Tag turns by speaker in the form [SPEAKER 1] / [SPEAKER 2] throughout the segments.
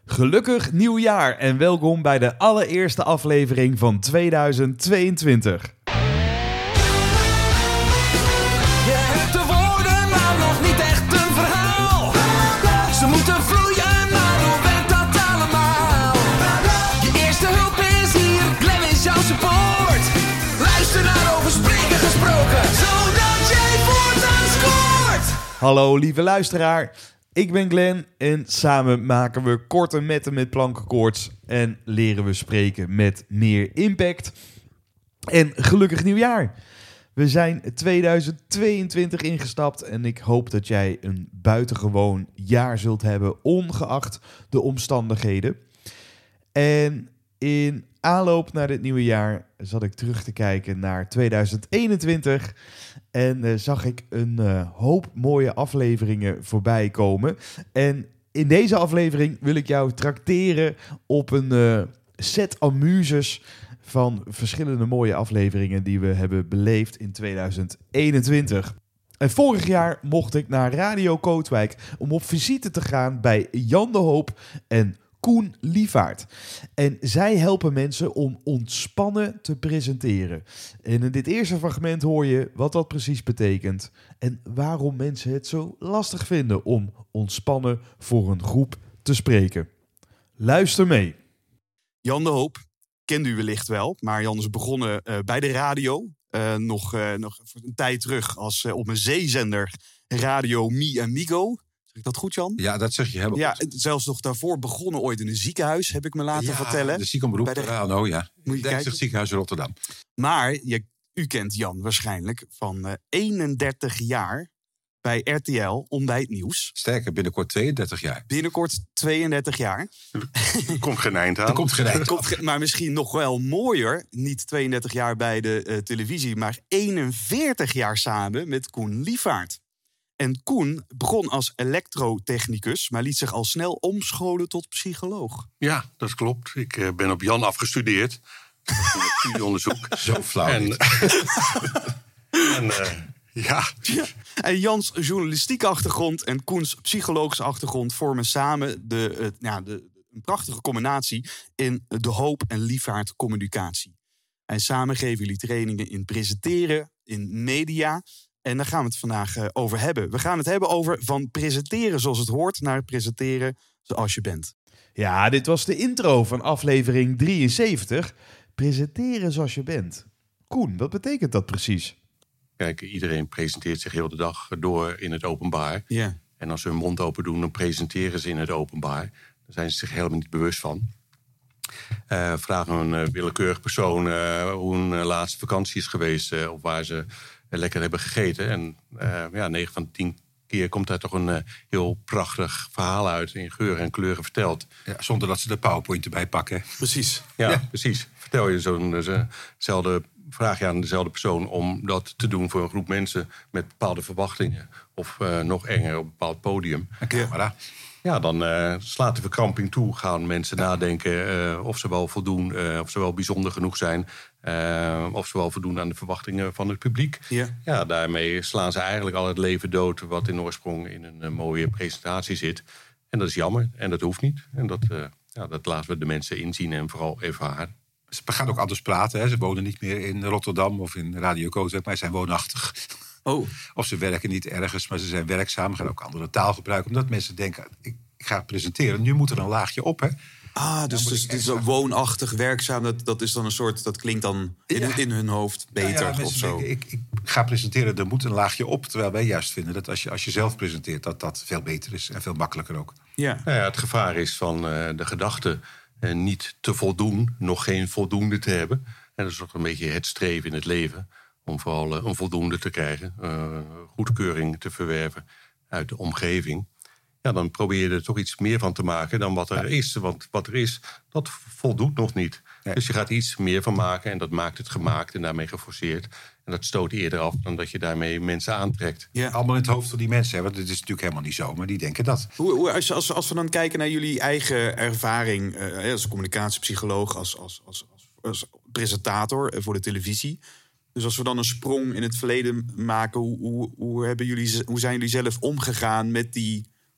[SPEAKER 1] Gelukkig nieuwjaar en welkom bij de allereerste aflevering van 2022.
[SPEAKER 2] Je hebt de woorden, maar nog niet echt een verhaal. Ze moeten vloeien, maar hoe werkt dat allemaal? Je eerste hulp is hier, Glenn is jouw support. Luister naar over spreken gesproken, zodat jij voortaan scoort.
[SPEAKER 1] Hallo lieve luisteraar, ik ben Glenn en samen maken we korte metten met plankenkoorts en leren we spreken met meer impact. En gelukkig nieuwjaar! We zijn 2022 ingestapt en ik hoop dat jij een buitengewoon jaar zult hebben, ongeacht de omstandigheden. En in aanloop naar dit nieuwe jaar zat ik terug te kijken naar 2021 en zag ik een hoop mooie afleveringen voorbij komen. En in deze aflevering wil ik jou trakteren op een set amuses van verschillende mooie afleveringen die we hebben beleefd in 2021. En vorig jaar mocht ik naar Radio Kootwijk om op visite te gaan bij Jan de Hoop en Koen Lievaert. En zij helpen mensen om ontspannen te presenteren. En in dit eerste fragment hoor je wat dat precies betekent en waarom mensen het zo lastig vinden om ontspannen voor een groep te spreken. Luister mee.
[SPEAKER 3] Jan de Hoop kende u wellicht wel, maar Jan is begonnen bij de radio. Nog een tijd terug als op een zeezender Radio Mi Amigo. Zeg ik dat goed, Jan?
[SPEAKER 4] Ja, dat zeg je helemaal
[SPEAKER 3] Ja,
[SPEAKER 4] goed.
[SPEAKER 3] zelfs nog daarvoor begonnen ooit in een ziekenhuis, heb ik me laten vertellen.
[SPEAKER 4] De ziekenberoep
[SPEAKER 3] Bij de-
[SPEAKER 4] Rano, ja.
[SPEAKER 3] Moet je kijken.
[SPEAKER 4] Ziekenhuis Rotterdam.
[SPEAKER 3] Maar u kent Jan waarschijnlijk van 31 jaar bij RTL Ontbijt Nieuws.
[SPEAKER 4] Sterker, binnenkort 32 jaar.
[SPEAKER 3] Binnenkort 32 jaar.
[SPEAKER 5] Er komt geen eind aan.
[SPEAKER 4] Er komt geen eind.
[SPEAKER 3] Maar misschien nog wel mooier, niet 32 jaar bij de televisie, maar 41 jaar samen met Koen Lievaert. En Koen begon als elektrotechnicus, maar liet zich al snel omscholen tot psycholoog.
[SPEAKER 5] Ja, dat klopt. Ik ben op Jan afgestudeerd. Studieonderzoek.
[SPEAKER 4] Zo flauw
[SPEAKER 5] En,
[SPEAKER 4] niet.
[SPEAKER 5] ja,
[SPEAKER 3] En Jans journalistieke achtergrond en Koens psychologische achtergrond vormen samen een prachtige combinatie in de Hoop en Lievaert communicatie. En samen geven jullie trainingen in presenteren, in media. En daar gaan we het vandaag over hebben. We gaan het hebben over van presenteren zoals het hoort naar presenteren zoals je bent.
[SPEAKER 1] Ja, dit was de intro van aflevering 73. Presenteren zoals je bent. Koen, wat betekent dat precies?
[SPEAKER 5] kijk, iedereen presenteert zich heel de dag door in het openbaar.
[SPEAKER 3] Ja.
[SPEAKER 5] En als ze hun mond open doen, dan presenteren ze in het openbaar. Daar zijn ze zich helemaal niet bewust van. Vragen een willekeurig persoon hoe een laatste vakantie is geweest of waar ze lekker hebben gegeten. En 9 van de 10 keer komt daar toch een heel prachtig verhaal uit in geuren en kleuren verteld.
[SPEAKER 4] Ja, zonder dat ze de PowerPoint erbij pakken.
[SPEAKER 3] Precies.
[SPEAKER 5] Ja, precies. Vertel je vraag je aan dezelfde persoon om dat te doen voor een groep mensen met bepaalde verwachtingen. Of nog enger op een bepaald podium.
[SPEAKER 4] Een camera.
[SPEAKER 5] Ja, dan slaat de verkramping toe. Gaan mensen nadenken of ze wel voldoen, of ze wel bijzonder genoeg zijn. Of ze wel voldoen aan de verwachtingen van het publiek.
[SPEAKER 3] Ja.
[SPEAKER 5] Daarmee slaan ze eigenlijk al het leven dood wat in oorsprong in een mooie presentatie zit. En dat is jammer en dat hoeft niet. En dat laten we de mensen inzien en vooral ervaren.
[SPEAKER 4] Ze gaan ook anders praten. Hè. Ze wonen niet meer in Rotterdam of in Radio Kootwijk, maar ze zijn woonachtig.
[SPEAKER 3] Oh.
[SPEAKER 4] Of ze werken niet ergens, maar ze zijn werkzaam. Ze gaan ook andere taal gebruiken. Omdat mensen denken, ik ga presenteren. Nu moet er een laagje op, hè.
[SPEAKER 3] Dus het is zo woonachtig, werkzaam. Dat is dan een soort, dat klinkt dan in hun hoofd beter
[SPEAKER 4] mensen
[SPEAKER 3] of zo.
[SPEAKER 4] denken, ik ga presenteren, er moet een laagje op. Terwijl wij juist vinden dat als je zelf presenteert, dat veel beter is en veel makkelijker ook.
[SPEAKER 3] Ja.
[SPEAKER 5] Nou ja, het gevaar is van de gedachte niet te voldoen, nog geen voldoende te hebben. En dat is ook een beetje het streven in het leven. Om vooral een voldoende te krijgen, goedkeuring te verwerven uit de omgeving. Ja, dan probeer je er toch iets meer van te maken dan wat er is. Want wat er is, dat voldoet nog niet.
[SPEAKER 4] Nee.
[SPEAKER 5] Dus je gaat iets meer van maken en dat maakt het gemaakt en daarmee geforceerd. En dat stoot eerder af dan dat je daarmee mensen aantrekt.
[SPEAKER 3] Ja.
[SPEAKER 4] Allemaal in het hoofd van die mensen. Hè? Want het is natuurlijk helemaal niet zo, maar die denken dat.
[SPEAKER 3] Als we dan kijken naar jullie eigen ervaring als communicatiepsycholoog, als presentator voor de televisie. Dus als we dan een sprong in het verleden maken, hoe zijn jullie zelf omgegaan met die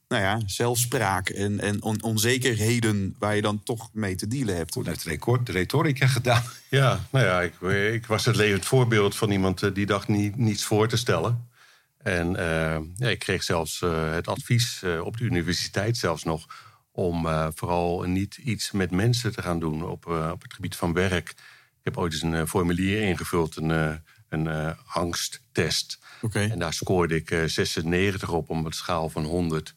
[SPEAKER 3] zelfspraak en onzekerheden waar je dan toch mee te dealen hebt.
[SPEAKER 4] Hoe heeft de retorica gedaan?
[SPEAKER 5] Ja, ik was het levend voorbeeld van iemand die dacht niets voor te stellen. En ik kreeg zelfs het advies op de universiteit zelfs nog om vooral niet iets met mensen te gaan doen op het gebied van werk. Ik heb ooit eens een formulier ingevuld, een angsttest.
[SPEAKER 3] Okay.
[SPEAKER 5] En daar scoorde ik 96 op een schaal van 100.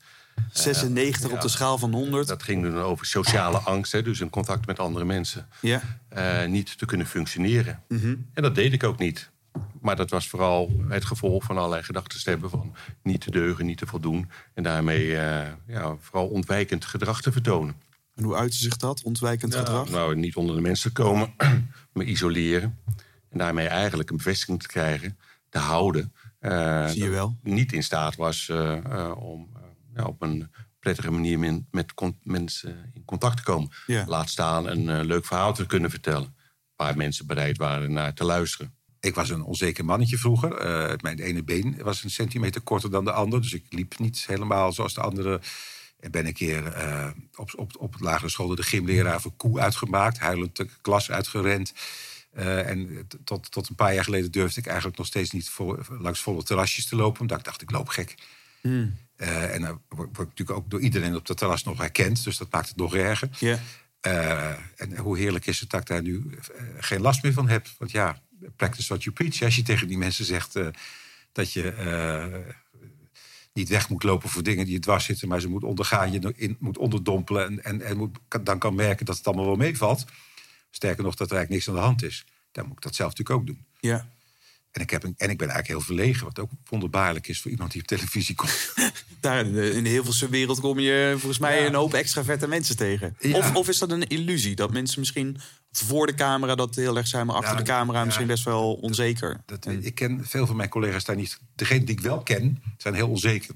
[SPEAKER 3] 96 op de schaal van 100?
[SPEAKER 5] Dat ging dan over sociale angst, dus in contact met andere mensen.
[SPEAKER 3] Ja.
[SPEAKER 5] Niet te kunnen functioneren.
[SPEAKER 3] Mm-hmm.
[SPEAKER 5] En dat deed ik ook niet. Maar dat was vooral het gevolg van allerlei gedachten te hebben van niet te deugen, niet te voldoen. En daarmee vooral ontwijkend gedrag te vertonen.
[SPEAKER 3] En hoe uitte zich dat, ontwijkend gedrag?
[SPEAKER 5] Nou, niet onder de mensen komen, me isoleren. En daarmee eigenlijk een bevestiging te krijgen, te houden.
[SPEAKER 3] Zie je wel.
[SPEAKER 5] Niet in staat was om op een prettige manier met mensen in contact te komen.
[SPEAKER 3] Ja.
[SPEAKER 5] Laat staan een leuk verhaal te kunnen vertellen. Waar mensen bereid waren naar te luisteren.
[SPEAKER 4] Ik was een onzeker mannetje vroeger. Mijn ene been was een centimeter korter dan de ander. Dus ik liep niet helemaal zoals de anderen. En ben een keer op de lagere school door de gymleraar voor koe uitgemaakt. Huilend de klas uitgerend. En tot een paar jaar geleden durfde ik eigenlijk nog steeds niet langs volle terrasjes te lopen. Omdat ik dacht, ik loop gek. En dan word ik natuurlijk ook door iedereen op dat terras nog herkend. Dus dat maakt het nog erger.
[SPEAKER 3] Ja.
[SPEAKER 4] En hoe heerlijk is het dat ik daar nu geen last meer van heb. Want ja, practice what you preach. Als je tegen die mensen zegt dat je niet weg moet lopen voor dingen die je dwars zitten, maar ze moet ondergaan, je moet onderdompelen en dan kan merken dat het allemaal wel meevalt. Sterker nog, dat er eigenlijk niks aan de hand is. Dan moet ik dat zelf natuurlijk ook doen.
[SPEAKER 3] Ja.
[SPEAKER 4] En ik ben eigenlijk heel verlegen, wat ook wonderbaarlijk is voor iemand die op televisie komt.
[SPEAKER 3] Daar in de Hilversum wereld kom je volgens mij een hoop extra vette mensen tegen.
[SPEAKER 4] Ja.
[SPEAKER 3] Of is dat een illusie? Dat mensen misschien voor de camera dat heel erg zijn, maar achter de camera misschien best wel onzeker.
[SPEAKER 4] Ik ken veel van mijn collega's daar niet. Degene die ik wel ken, zijn heel onzeker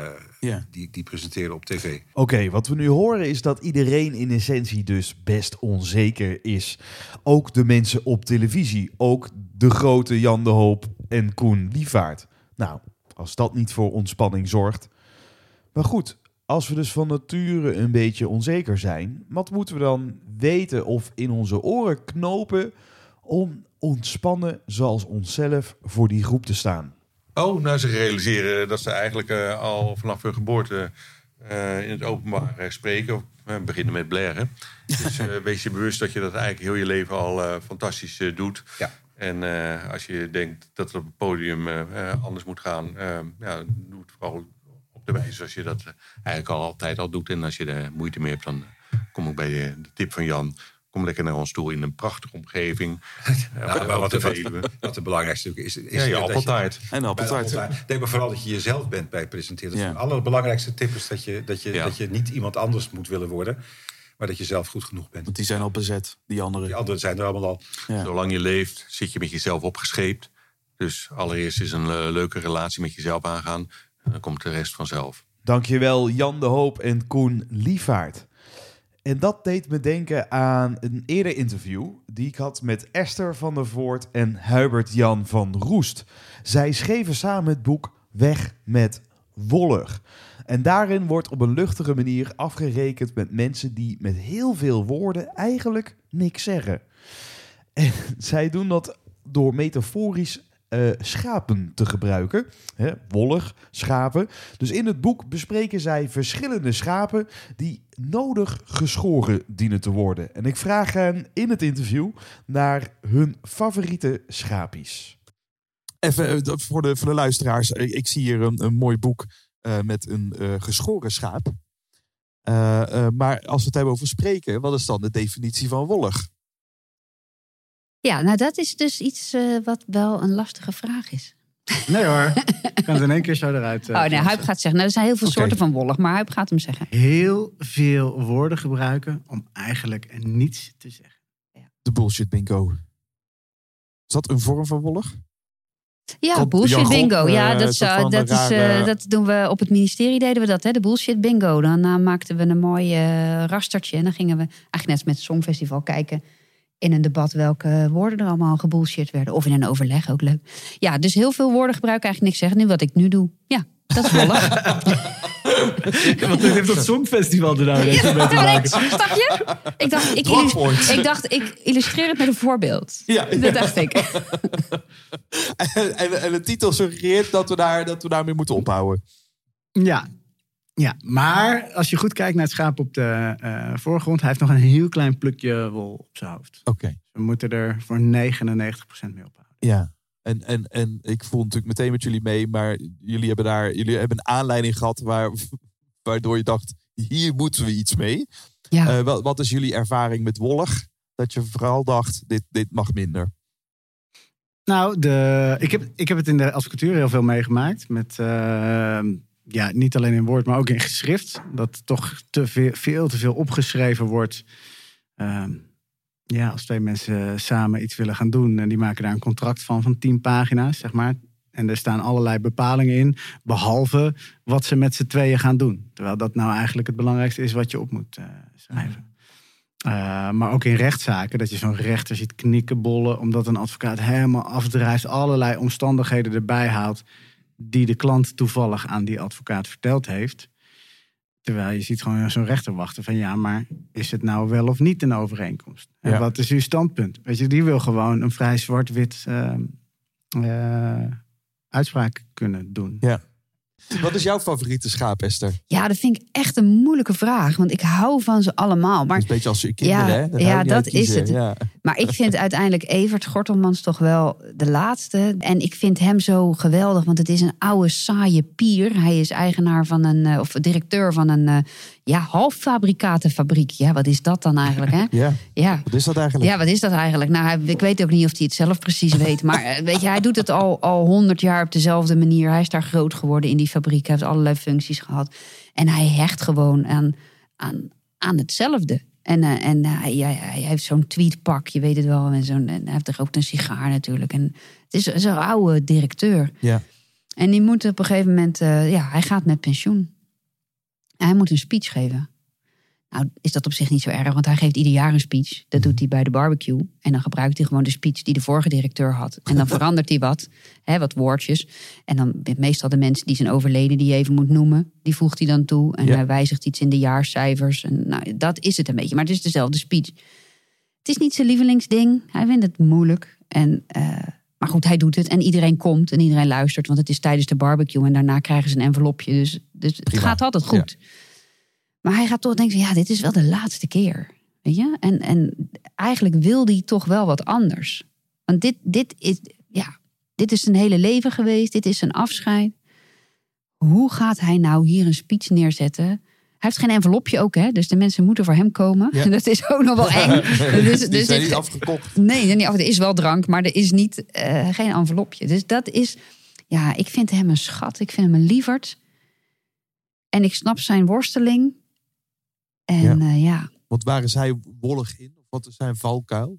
[SPEAKER 4] die presenteren op tv.
[SPEAKER 1] Oké, wat we nu horen is dat iedereen in essentie dus best onzeker is. Ook de mensen op televisie. Ook de grote Jan de Hoop en Koen Liefaert. Nou, als dat niet voor ontspanning zorgt. Maar goed, als we dus van nature een beetje onzeker zijn, wat moeten we dan weten of in onze oren knopen om ontspannen zoals onszelf voor die groep te staan?
[SPEAKER 5] Ze realiseren dat ze eigenlijk al vanaf hun geboorte in het openbaar spreken. Beginnen met blaren. Dus wees je bewust dat je dat eigenlijk heel je leven al fantastisch doet.
[SPEAKER 4] Ja.
[SPEAKER 5] En als je denkt dat het op het podium anders moet gaan, doe het vooral op de wijze zoals je dat eigenlijk altijd al doet. En als je er moeite mee hebt, dan kom ik bij de tip van Jan. Kom lekker naar ons toe in een prachtige omgeving.
[SPEAKER 4] Wat de belangrijkste is
[SPEAKER 5] je appeltaart.
[SPEAKER 3] En appeltaart.
[SPEAKER 4] Nee, maar vooral dat je jezelf bent bij het presenteren.
[SPEAKER 3] Ja.
[SPEAKER 4] De allerbelangrijkste tip is dat je niet iemand anders moet willen worden, maar dat je zelf goed genoeg bent.
[SPEAKER 3] Want die zijn al bezet, die anderen.
[SPEAKER 4] Die anderen zijn er allemaal al.
[SPEAKER 3] Ja.
[SPEAKER 5] Zolang je leeft, zit je met jezelf opgescheept. Dus allereerst is een leuke relatie met jezelf aangaan. En dan komt de rest vanzelf.
[SPEAKER 1] Dankjewel Jan de Hoop en Koen Liefaert. En dat deed me denken aan een eerder interview die ik had met Esther van der Voort en Hubert Jan van Roest. Zij schreven samen het boek Weg met Wollig. En daarin wordt op een luchtige manier afgerekend met mensen die met heel veel woorden eigenlijk niks zeggen. En zij doen dat door metaforisch schapen te gebruiken. Wollig, schapen. Dus in het boek bespreken zij verschillende schapen die nodig geschoren dienen te worden. En ik vraag hen in het interview naar hun favoriete schapies.
[SPEAKER 6] Even voor de luisteraars. Ik zie hier een mooi boek met een geschoren schaap. Maar als we het hebben over spreken, wat is dan de definitie van wollig?
[SPEAKER 7] Ja, nou dat is dus iets wat wel een lastige vraag is.
[SPEAKER 8] Nee hoor, ik kan het in één keer zo eruit.
[SPEAKER 7] Huib gaat zeggen, nou, er zijn heel veel soorten van wollig, maar Huib gaat hem zeggen.
[SPEAKER 8] Heel veel woorden gebruiken om eigenlijk niets te zeggen.
[SPEAKER 6] De bullshit bingo. Is dat een vorm van wollig?
[SPEAKER 7] Ja, bullshit bingo. Ja, dat doen we op het ministerie, deden we dat, hè? De bullshit bingo. Dan maakten we een mooi rastertje en dan gingen we eigenlijk net met het Songfestival kijken in een debat welke woorden er allemaal gebullshit werden. Of in een overleg, ook leuk. Ja, dus heel veel woorden gebruiken, eigenlijk niks zeggen. Nu wat ik nu doe. Ja, dat is wollig.
[SPEAKER 8] Want het heeft dat Songfestival er nou mee te maken.
[SPEAKER 7] Snap je? Ik dacht, ik illustreer het met een voorbeeld.
[SPEAKER 6] Ja.
[SPEAKER 7] Dat dacht ik.
[SPEAKER 6] En de titel suggereert dat we daarmee moeten ophouden.
[SPEAKER 8] Ja, maar als je goed kijkt naar het schaap op de voorgrond... hij heeft nog een heel klein plukje wol op zijn hoofd.
[SPEAKER 6] Oké.
[SPEAKER 8] We moeten er voor 99% mee ophouden.
[SPEAKER 6] Ja. En ik voel natuurlijk meteen met jullie mee, maar jullie hebben een aanleiding gehad waardoor je dacht, hier moeten we iets mee.
[SPEAKER 7] Ja.
[SPEAKER 6] Wat is jullie ervaring met wollig? Dat je vooral dacht, dit mag minder.
[SPEAKER 8] Nou, ik heb het in de advocatuur heel veel meegemaakt. Met, niet alleen in woord, maar ook in geschrift. Dat toch veel te veel opgeschreven wordt. Als twee mensen samen iets willen gaan doen... en die maken daar een contract van 10 pagina's, zeg maar. En er staan allerlei bepalingen in... behalve wat ze met z'n tweeën gaan doen. Terwijl dat nou eigenlijk het belangrijkste is... wat je op moet schrijven. Maar ook in rechtszaken, dat je zo'n rechter ziet knikkenbollen... omdat een advocaat helemaal afdrijft... allerlei omstandigheden erbij haalt... die de klant toevallig aan die advocaat verteld heeft... Terwijl je ziet gewoon zo'n rechter wachten van... ja, maar is het nou wel of niet een overeenkomst? En wat is uw standpunt? Weet je, die wil gewoon een vrij zwart-wit uitspraak kunnen doen.
[SPEAKER 6] Ja. Wat is jouw favoriete schaap, Esther?
[SPEAKER 7] Ja, dat vind ik echt een moeilijke vraag. Want ik hou van ze allemaal. Maar,
[SPEAKER 6] dat is een beetje als je kinderen, hè?
[SPEAKER 7] Ja, dat is het.
[SPEAKER 6] Ja.
[SPEAKER 7] Maar ik vind uiteindelijk Evert Gortelmans toch wel de laatste. En ik vind hem zo geweldig, want het is een oude, saaie pier. Hij is eigenaar van of directeur van een halffabrikatenfabriek. Ja, wat is dat dan eigenlijk, hè?
[SPEAKER 6] Ja. Wat is dat eigenlijk?
[SPEAKER 7] Ja, wat is dat eigenlijk? Nou, ik weet ook niet of hij het zelf precies weet. Maar weet je, hij doet het al 100 jaar op dezelfde manier. Hij is daar groot geworden in die fabriek. Hij heeft allerlei functies gehad. En hij hecht gewoon aan hetzelfde. En hij heeft zo'n tweetpak, je weet het wel. En hij heeft er ook een sigaar natuurlijk. En het is zo'n oude directeur. Ja. En die moet op een gegeven moment... hij gaat met pensioen. En hij moet een speech geven. Nou, is dat op zich niet zo erg, want hij geeft ieder jaar een speech. Dat doet hij bij de barbecue. En dan gebruikt hij gewoon de speech die de vorige directeur had. En dan verandert hij wat woordjes. En dan meestal de mensen die zijn overleden, die je even moet noemen, die voegt hij dan toe. En hij wijzigt iets in de jaarcijfers. En nou, dat is het een beetje. Maar het is dezelfde speech. Het is niet zijn lievelingsding. Hij vindt het moeilijk. Maar goed, hij doet het. En iedereen komt en iedereen luistert. Want het is tijdens de barbecue. En daarna krijgen ze een envelopje. Dus het gaat altijd goed. Ja. Maar hij gaat toch denken, ja, dit is wel de laatste keer. Weet je? En eigenlijk wil hij toch wel wat anders. Want dit is zijn hele leven geweest. Dit is zijn afscheid. Hoe gaat hij nou hier een speech neerzetten? Hij heeft geen envelopje ook, hè? Dus de mensen moeten voor hem komen. Ja. Dat is ook nog wel eng.
[SPEAKER 6] Die zijn niet afgekocht.
[SPEAKER 7] Nee, er is wel drank, maar er is niet geen envelopje. Dus dat is... Ja, ik vind hem een schat. Ik vind hem een lieverd. En ik snap zijn worsteling. En
[SPEAKER 6] Want waar is hij wollig in? Of wat is zijn valkuil?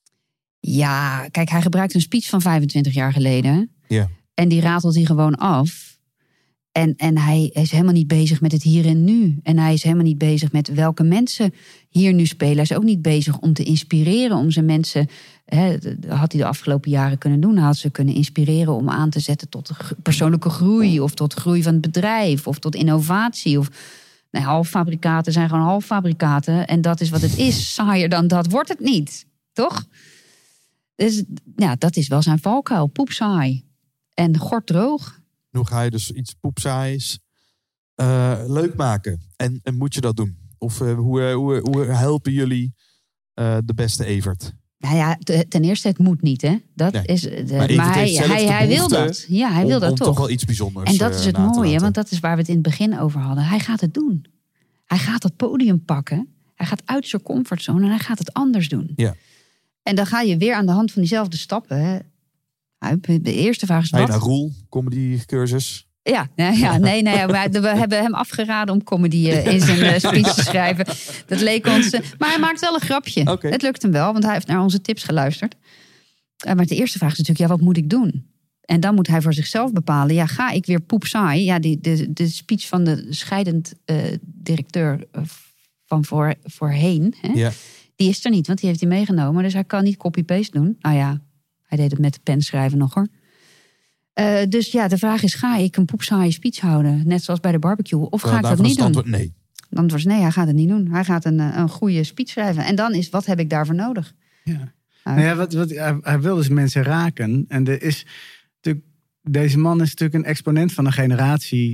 [SPEAKER 7] Ja, kijk, hij gebruikt een speech van 25 jaar geleden. Ja. En die ratelt hij gewoon af. En hij is helemaal niet bezig met het hier en nu. En hij is helemaal niet bezig met welke mensen hier nu spelen. Hij is ook niet bezig om te inspireren. Om zijn mensen, had hij de afgelopen jaren kunnen doen. Hij had ze kunnen inspireren om aan te zetten tot persoonlijke groei. Of tot groei van het bedrijf. Of tot innovatie. Of halffabrikaten zijn gewoon halffabrikaten. En dat is wat het is. Saaier dan dat wordt het niet. Toch? Dus ja, dat is wel zijn valkuil. Poepsaai. En gorddroog.
[SPEAKER 6] Nu ga je dus iets poepsaais leuk maken. En moet je dat doen? Of hoe helpen jullie de beste Evert?
[SPEAKER 7] Nou ja, ten eerste, het moet niet, hè? Dat is, maar hij wil dat. Ja, hij wil dat toch.
[SPEAKER 6] Toch wel iets bijzonders.
[SPEAKER 7] En dat is het mooie, want dat is waar we het in het begin over hadden. Hij gaat het doen. Hij gaat dat podium pakken. Hij gaat uit zijn comfortzone en hij gaat het anders doen. Ja. En dan ga je weer aan de hand van diezelfde stappen. Hè. De eerste vraag is wat?
[SPEAKER 6] Naar Roel, comedy cursus.
[SPEAKER 7] Ja, nee, we hebben hem afgeraden om comedy in zijn speech te schrijven. Dat leek ons... maar hij maakt wel een grapje. Okay. Het lukt hem wel, want hij heeft naar onze tips geluisterd. Maar de eerste vraag is natuurlijk, wat moet ik doen? En dan moet hij voor zichzelf bepalen, ga ik weer poepsaai? Ja, de speech van de scheidend directeur van voorheen, hè? Ja. Die is er niet, want die heeft hij meegenomen. Dus hij kan niet copy-paste doen. Nou ja, hij deed het met de pen schrijven nog hoor. Dus ja, de vraag is, ga ik een poepsaaie speech houden? Net zoals bij de barbecue. Of ga ik dat niet doen?
[SPEAKER 6] Nee.
[SPEAKER 7] Het antwoord is nee, hij gaat het niet doen. Hij gaat een goede speech schrijven. En dan is, wat heb ik daarvoor nodig?
[SPEAKER 8] Ja. Hij wil dus mensen raken. En er is natuurlijk, deze man is natuurlijk een exponent van een generatie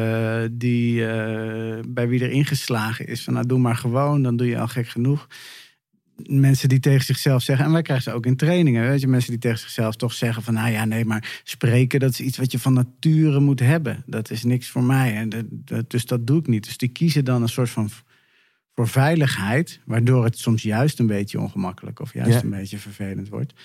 [SPEAKER 8] bij wie er ingeslagen is van, nou, doe maar gewoon, dan doe je al gek genoeg. Mensen die tegen zichzelf zeggen, en wij krijgen ze ook in trainingen, weet je, mensen die tegen zichzelf toch zeggen van, nou ja, nee, maar spreken, dat is iets wat je van nature moet hebben. Dat is niks voor mij. En dus dat doe ik niet. Dus die kiezen dan een soort van voor veiligheid, waardoor het soms juist een beetje ongemakkelijk of juist een beetje vervelend wordt.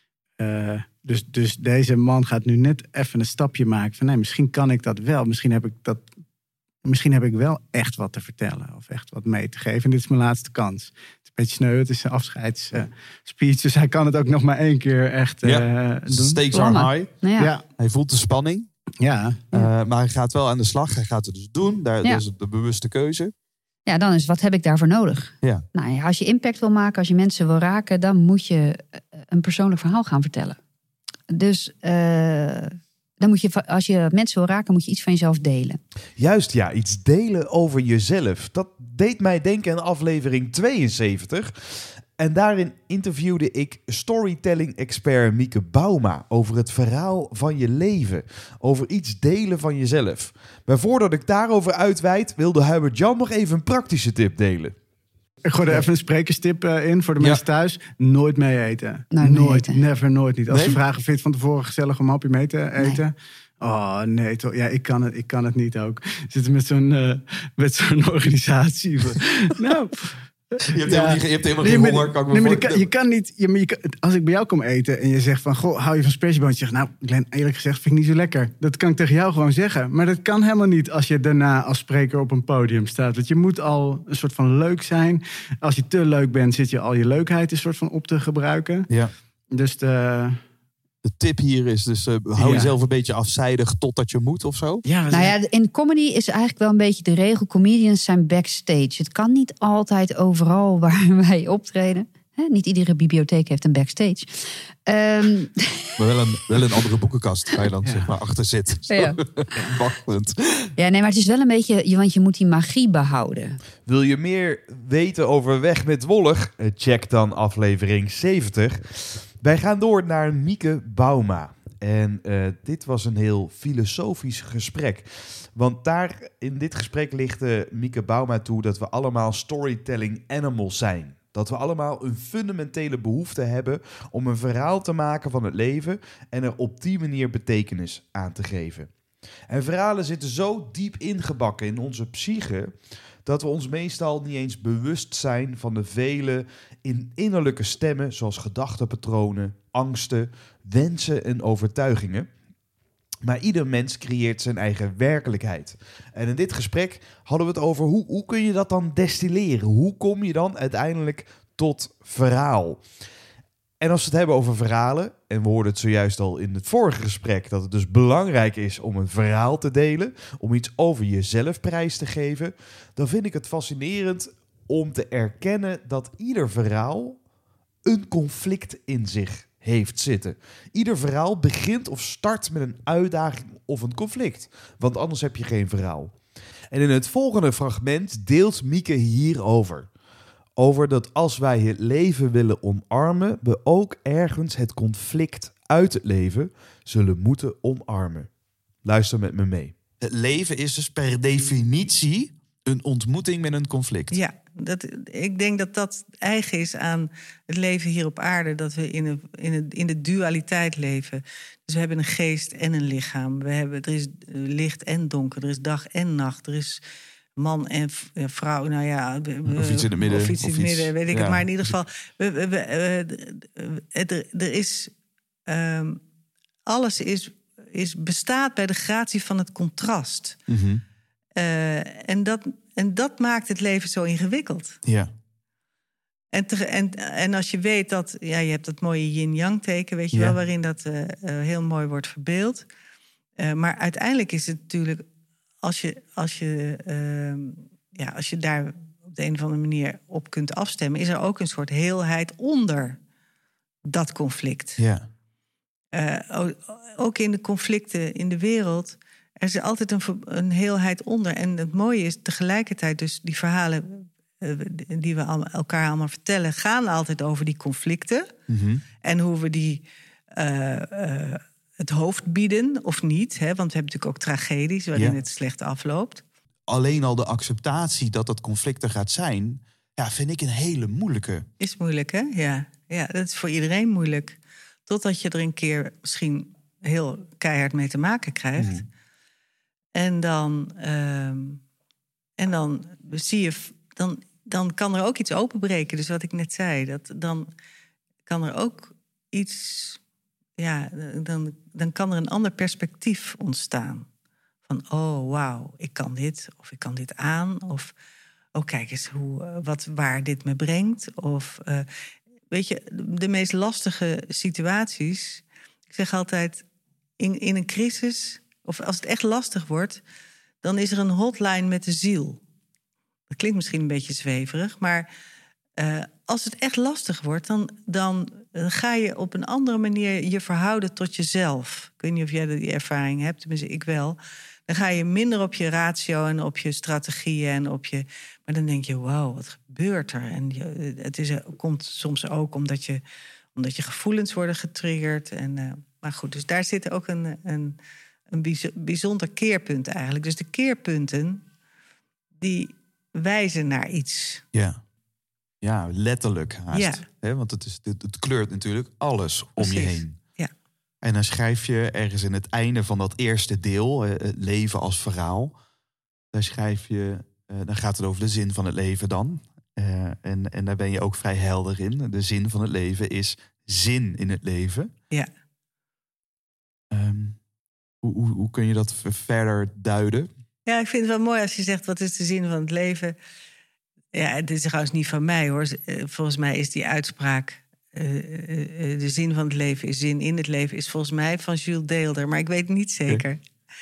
[SPEAKER 8] Dus deze man gaat nu net even een stapje maken van, nee, misschien kan ik dat wel. Misschien heb ik wel echt wat te vertellen of echt wat mee te geven. En dit is mijn laatste kans. Het is een beetje sneu, het is een afscheidsspeech. Dus hij kan het ook nog maar 1 keer echt doen.
[SPEAKER 6] Stakes are high.
[SPEAKER 7] Ja.
[SPEAKER 6] Hij voelt de spanning.
[SPEAKER 8] Ja.
[SPEAKER 6] Maar hij gaat wel aan de slag. Hij gaat het dus doen. Dat is de bewuste keuze.
[SPEAKER 7] Ja, dan is wat heb ik daarvoor nodig?
[SPEAKER 6] Ja.
[SPEAKER 7] Nou ja, als je impact wil maken, als je mensen wil raken, dan moet je een persoonlijk verhaal gaan vertellen. Dus dan moet je, als je mensen wil raken, moet je iets van jezelf delen.
[SPEAKER 1] Juist, ja, iets delen over jezelf. Dat deed mij denken aan aflevering 72. En daarin interviewde ik storytelling-expert Mieke Bouma over het verhaal van je leven. Over iets delen van jezelf. Maar voordat ik daarover uitweid, wilde Hubert-Jan nog even een praktische tip delen.
[SPEAKER 8] Ik gooi er even een sprekerstip in voor de mensen thuis. Nooit mee eten. Nooit, never, nooit niet. Als ze vragen, vind je het van tevoren gezellig om een hapje mee te eten? Nee. Oh, nee, toch? Ja, ik kan het niet ook. Zitten met zo'n organisatie. Nou...
[SPEAKER 6] Je hebt helemaal geen honger.
[SPEAKER 8] Je kan niet. Als ik bij jou kom eten en je zegt van, goh, hou je van spersiebontjes? Je zegt, nou, Glenn, eerlijk gezegd vind ik niet zo lekker. Dat kan ik tegen jou gewoon zeggen. Maar dat kan helemaal niet als je daarna als spreker op een podium staat. Want je moet al een soort van leuk zijn. Als je te leuk bent, zit je al je leukheid een soort van op te gebruiken.
[SPEAKER 6] Ja.
[SPEAKER 8] Dus
[SPEAKER 6] de tip hier is dus hou jezelf een beetje afzijdig totdat je moet of zo.
[SPEAKER 8] Ja,
[SPEAKER 7] nou ja, in comedy is eigenlijk wel een beetje de regel. Comedians zijn backstage. Het kan niet altijd overal waar wij optreden. Niet iedere bibliotheek heeft een backstage.
[SPEAKER 6] Maar wel een andere boekenkast waar je dan zeg maar achter zit.
[SPEAKER 7] Ja.
[SPEAKER 6] Wachtend.
[SPEAKER 7] Ja, nee, maar het is wel een beetje, want je moet die magie behouden.
[SPEAKER 1] Wil je meer weten over Weg met Wollig? Check dan aflevering 70. Wij gaan door naar Mieke Bouma. En dit was een heel filosofisch gesprek. Want daar in dit gesprek lichtte Mieke Bouma toe dat we allemaal storytelling animals zijn. Dat we allemaal een fundamentele behoefte hebben om een verhaal te maken van het leven en er op die manier betekenis aan te geven. En verhalen zitten zo diep ingebakken in onze psyche dat we ons meestal niet eens bewust zijn van de vele innerlijke stemmen, zoals gedachtenpatronen, angsten, wensen en overtuigingen. Maar ieder mens creëert zijn eigen werkelijkheid. En in dit gesprek hadden we het over hoe kun je dat dan destilleren? Hoe kom je dan uiteindelijk tot verhaal? En als we het hebben over verhalen, en we hoorden het zojuist al in het vorige gesprek, dat het dus belangrijk is om een verhaal te delen, om iets over jezelf prijs te geven, dan vind ik het fascinerend om te erkennen dat ieder verhaal een conflict in zich heeft zitten. Ieder verhaal begint of start met een uitdaging of een conflict, want anders heb je geen verhaal. En in het volgende fragment deelt Mieke hierover. Over dat als wij het leven willen omarmen, we ook ergens het conflict uit het leven zullen moeten omarmen. Luister met me mee.
[SPEAKER 9] Het leven is dus per definitie een ontmoeting met een conflict.
[SPEAKER 10] Ja, ik denk dat dat eigen is aan het leven hier op aarde. Dat we in de dualiteit leven. Dus we hebben een geest en een lichaam. Er is licht en donker. Er is dag en nacht. Er is man en vrouw. Nou ja,
[SPEAKER 6] of iets in het midden.
[SPEAKER 10] Of iets in het midden, weet ik het. Maar in ieder geval, er is... alles bestaat bij de gratie van het contrast.
[SPEAKER 6] Mm-hmm.
[SPEAKER 10] En dat maakt het leven zo ingewikkeld.
[SPEAKER 6] Ja.
[SPEAKER 10] En als je weet dat... Ja, je hebt dat mooie yin-yang teken, weet je wel... waarin dat heel mooi wordt verbeeld. Maar uiteindelijk is het natuurlijk... Als je daar op de een of andere manier op kunt afstemmen... is er ook een soort heelheid onder dat conflict.
[SPEAKER 6] Ja.
[SPEAKER 10] ook in de conflicten in de wereld, er is altijd een heelheid onder. En het mooie is tegelijkertijd dus die verhalen die we elkaar allemaal vertellen, gaan altijd over die conflicten. Mm-hmm. En hoe we die het hoofd bieden of niet. Hè? Want we hebben natuurlijk ook tragedies waarin het slecht afloopt.
[SPEAKER 6] Alleen al de acceptatie dat dat conflict er gaat zijn, vind ik een hele moeilijke.
[SPEAKER 10] Is moeilijk, hè? Ja, dat is voor iedereen moeilijk. Totdat je er een keer misschien heel keihard mee te maken krijgt. Mm. En dan zie je, dan kan er ook iets openbreken. Dus wat ik net zei, dan kan er ook iets, dan kan er een ander perspectief ontstaan. Van, oh, wauw, ik kan dit, of ik kan dit aan, of kijk eens waar dit me brengt. Of, weet je, de meest lastige situaties, ik zeg altijd, in een crisis, of als het echt lastig wordt, dan is er een hotline met de ziel. Dat klinkt misschien een beetje zweverig, maar als het echt lastig wordt, dan ga je op een andere manier je verhouden tot jezelf. Ik weet niet of jij die ervaring hebt, tenminste ik wel. Dan ga je minder op je ratio en op je strategieën en op je. Maar dan denk je, wauw, wat gebeurt er? En komt soms ook omdat je gevoelens worden getriggerd. Maar goed, dus daar zit ook een bijzonder keerpunt eigenlijk. Dus de keerpunten, die wijzen naar iets.
[SPEAKER 6] Ja, letterlijk haast.
[SPEAKER 10] Ja.
[SPEAKER 6] He, want het kleurt natuurlijk alles om je heen.
[SPEAKER 10] Ja.
[SPEAKER 6] En dan schrijf je ergens in het einde van dat eerste deel, het leven als verhaal. Daar schrijf je, dan gaat het over de zin van het leven dan. En daar ben je ook vrij helder in. De zin van het leven is zin in het leven.
[SPEAKER 10] Ja.
[SPEAKER 6] Hoe kun je dat verder duiden?
[SPEAKER 10] Ja, ik vind het wel mooi als je zegt, wat is de zin van het leven? Ja, dit is trouwens niet van mij, hoor. Volgens mij is die uitspraak, de zin van het leven is zin in het leven, is volgens mij van Jules Deelder. Maar ik weet niet zeker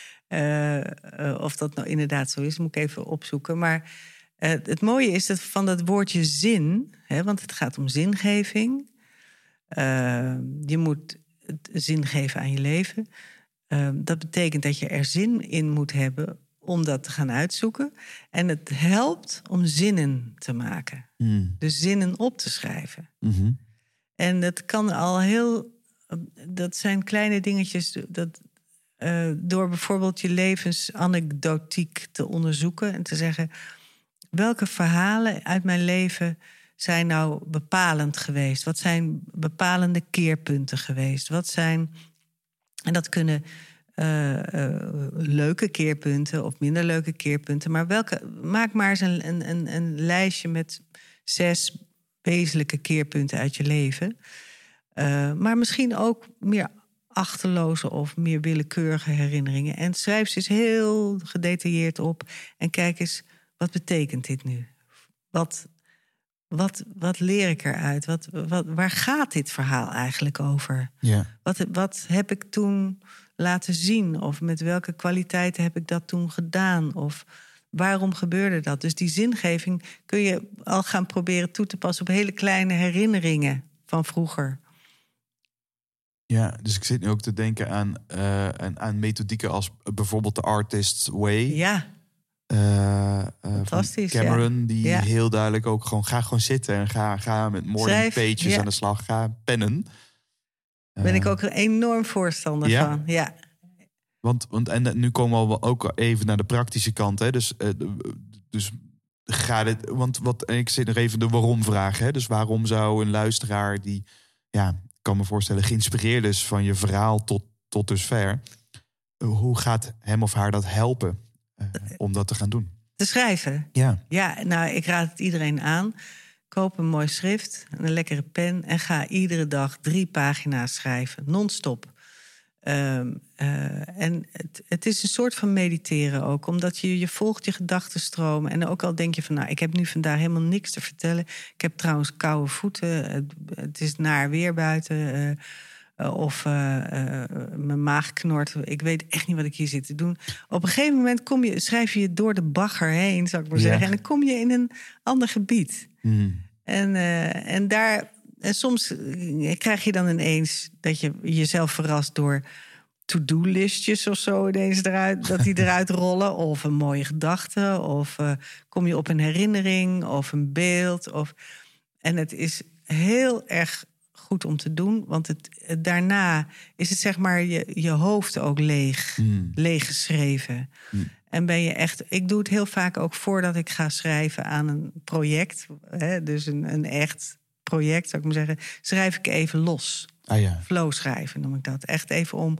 [SPEAKER 10] of dat nou inderdaad zo is. Moet ik even opzoeken. Maar het mooie is dat van dat woordje zin, want het gaat om zingeving. Je moet zin geven aan je leven. Dat betekent dat je er zin in moet hebben om dat te gaan uitzoeken. En het helpt om zinnen te maken. Dus zinnen op te schrijven. Mm-hmm. En dat kan al dat zijn kleine dingetjes. Door bijvoorbeeld je levensanekdotiek te onderzoeken en te zeggen, welke verhalen uit mijn leven zijn nou bepalend geweest? Wat zijn bepalende keerpunten geweest? En dat kunnen leuke keerpunten of minder leuke keerpunten. Maar maak maar eens een lijstje met 6 wezenlijke keerpunten uit je leven. Maar misschien ook meer achterloze of meer willekeurige herinneringen. En schrijf ze eens heel gedetailleerd op. En kijk eens, wat betekent dit nu? Wat leer ik eruit? Waar gaat dit verhaal eigenlijk over?
[SPEAKER 6] Ja.
[SPEAKER 10] Wat heb ik toen laten zien? Of met welke kwaliteiten heb ik dat toen gedaan? Of waarom gebeurde dat? Dus die zingeving kun je al gaan proberen toe te passen op hele kleine herinneringen van vroeger.
[SPEAKER 6] Ja, dus ik zit nu ook te denken aan methodieken als bijvoorbeeld de Artist's Way.
[SPEAKER 10] Ja. Fantastisch,
[SPEAKER 6] van Cameron, die heel duidelijk ook ga gewoon zitten en ga met morning pages aan de slag, ga pennen.
[SPEAKER 10] Ben ik ook een enorm voorstander van. Ja.
[SPEAKER 6] Want en nu komen we ook even naar de praktische kant. Hè? Dus gaat het. Want ik zit nog even de waarom-vraag. Hè? Dus waarom zou een luisteraar die, ik kan me voorstellen, geïnspireerd is van je verhaal tot dusver, hoe gaat hem of haar dat helpen om dat te gaan doen?
[SPEAKER 10] Te schrijven? Ja, nou, ik raad het iedereen aan. Koop een mooi schrift, een lekkere pen en ga iedere dag 3 pagina's schrijven, non-stop. En het is een soort van mediteren ook, omdat je volgt je gedachtenstroom. En ook al denk je van, ik heb nu vandaag helemaal niks te vertellen. Ik heb trouwens koude voeten, het is naar weer buiten. Of mijn maag knort. Ik weet echt niet wat ik hier zit te doen. Op een gegeven moment schrijf je door de bagger heen, zou ik maar zeggen. En dan kom je in een ander gebied. En daar soms krijg je dan ineens dat je jezelf verrast door to-do-listjes of zo ineens dat die eruit rollen. Of een mooie gedachte. Of kom je op een herinnering of een beeld. En het is heel erg goed om te doen. Want daarna is het zeg maar je hoofd ook leeggeschreven. En ben je echt... Ik doe het heel vaak ook voordat ik ga schrijven aan een project. Hè, dus een echt project, zou ik maar zeggen. Schrijf ik even los. Flow schrijven noem ik dat. Echt even om...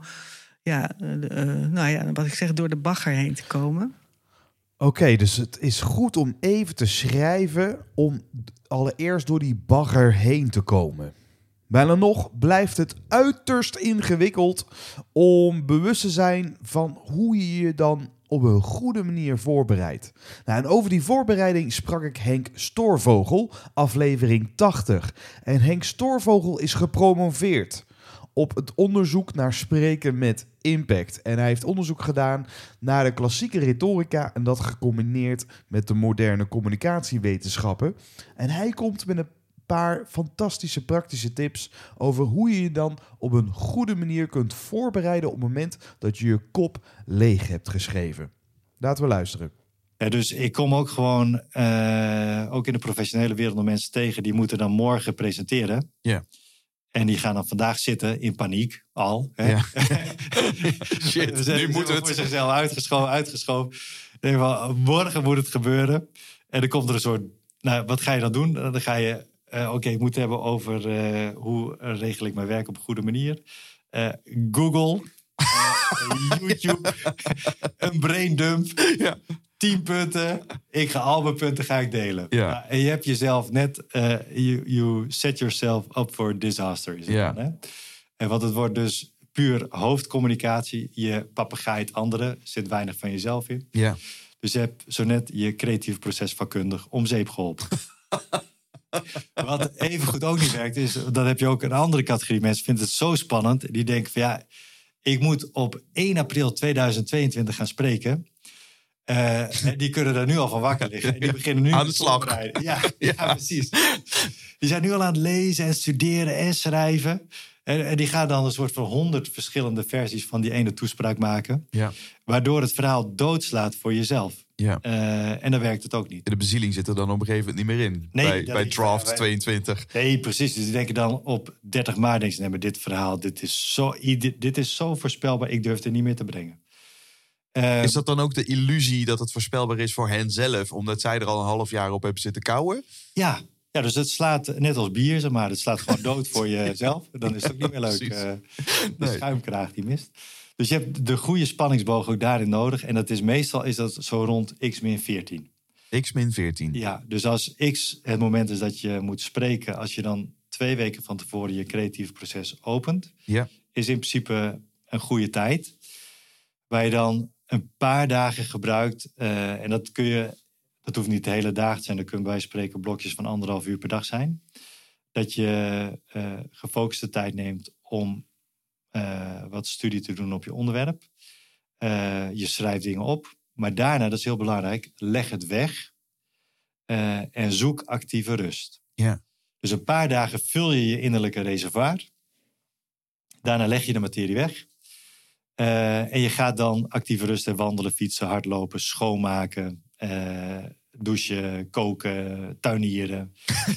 [SPEAKER 10] wat ik zeg, door de bagger heen te komen.
[SPEAKER 1] Oké, dus het is goed om even te schrijven om allereerst door die bagger heen te komen. Bijna nog blijft het uiterst ingewikkeld om bewust te zijn van hoe je je dan op een goede manier voorbereidt. En over die voorbereiding sprak ik Henk Stoorvogel, aflevering 80. En Henk Stoorvogel is gepromoveerd op het onderzoek naar spreken met impact. En hij heeft onderzoek gedaan naar de klassieke retorica en dat gecombineerd met de moderne communicatiewetenschappen. En hij komt met een paar fantastische praktische tips over hoe je je dan op een goede manier kunt voorbereiden op het moment dat je je kop leeg hebt geschreven. Laten we luisteren.
[SPEAKER 11] Ja, dus ik kom ook gewoon, ook in de professionele wereld, nog mensen tegen die moeten dan morgen presenteren.
[SPEAKER 1] Ja.
[SPEAKER 11] En die gaan dan vandaag zitten in paniek, al. Hè?
[SPEAKER 1] Ja.
[SPEAKER 11] Shit, nu moet het. Voor zichzelf uitgeschoven. Nee, maar morgen moet het gebeuren. En dan komt er een soort... Nou, wat ga je dan doen? Dan ga je... ik moet het hebben over hoe regel ik mijn werk op een goede manier. Google, YouTube, een braindump, 10 punten. Ik ga al mijn punten delen. Ja. En je hebt jezelf net, you set yourself up for disaster. Is het dan, hè? En want het wordt dus puur hoofdcommunicatie. Je papegaait anderen, zit weinig van jezelf in.
[SPEAKER 1] Ja.
[SPEAKER 11] Dus je hebt zo net je creatief proces vakkundig om zeep geholpen. Wat even goed ook niet werkt, is dat heb je ook een andere categorie. Mensen vinden het zo spannend. Die denken van ik moet op 1 april 2022 gaan spreken. Die kunnen er nu al van wakker liggen. En die beginnen nu
[SPEAKER 1] aan de slag.
[SPEAKER 11] Ja, precies. Die zijn nu al aan het lezen en studeren en schrijven. En die gaan dan een soort van 100 verschillende versies van die ene toespraak maken. Ja. Waardoor het verhaal doodslaat voor jezelf. Ja. En dan werkt het ook niet.
[SPEAKER 1] De bezieling zit er dan op een gegeven moment niet meer in. Nee, bij draft 22.
[SPEAKER 11] Nee, precies. Dus die denken dan op 30 maart... Denken ze, nee, maar dit verhaal, dit is zo voorspelbaar. Ik durf het er niet meer te brengen.
[SPEAKER 1] Is dat dan ook de illusie dat het voorspelbaar is voor hen zelf... omdat zij er al een half jaar op hebben zitten kauwen?
[SPEAKER 11] Ja, dus het slaat net als bier, zeg maar. Het slaat gewoon dood voor jezelf. Dan is het ook niet meer leuk. De schuimkraag die mist. Dus je hebt de goede spanningsboog ook daarin nodig. En dat is meestal zo rond x-14.
[SPEAKER 1] X-14?
[SPEAKER 11] Ja, dus als x het moment is dat je moet spreken... als je dan 2 weken van tevoren je creatieve proces opent... is in principe een goede tijd... waar je dan een paar dagen gebruikt. En dat hoeft niet de hele dag te zijn. Dat kunnen bij wijze van spreken blokjes van 1,5 uur per dag zijn. Dat je gefocuste tijd neemt om wat studie te doen op je onderwerp. Je schrijft dingen op. Maar daarna, dat is heel belangrijk, leg het weg. En zoek actieve rust.
[SPEAKER 1] Ja.
[SPEAKER 11] Dus een paar dagen vul je je innerlijke reservoir. Daarna leg je de materie weg. En je gaat dan actieve rust en wandelen, fietsen, hardlopen, schoonmaken, douchen, koken, tuinieren.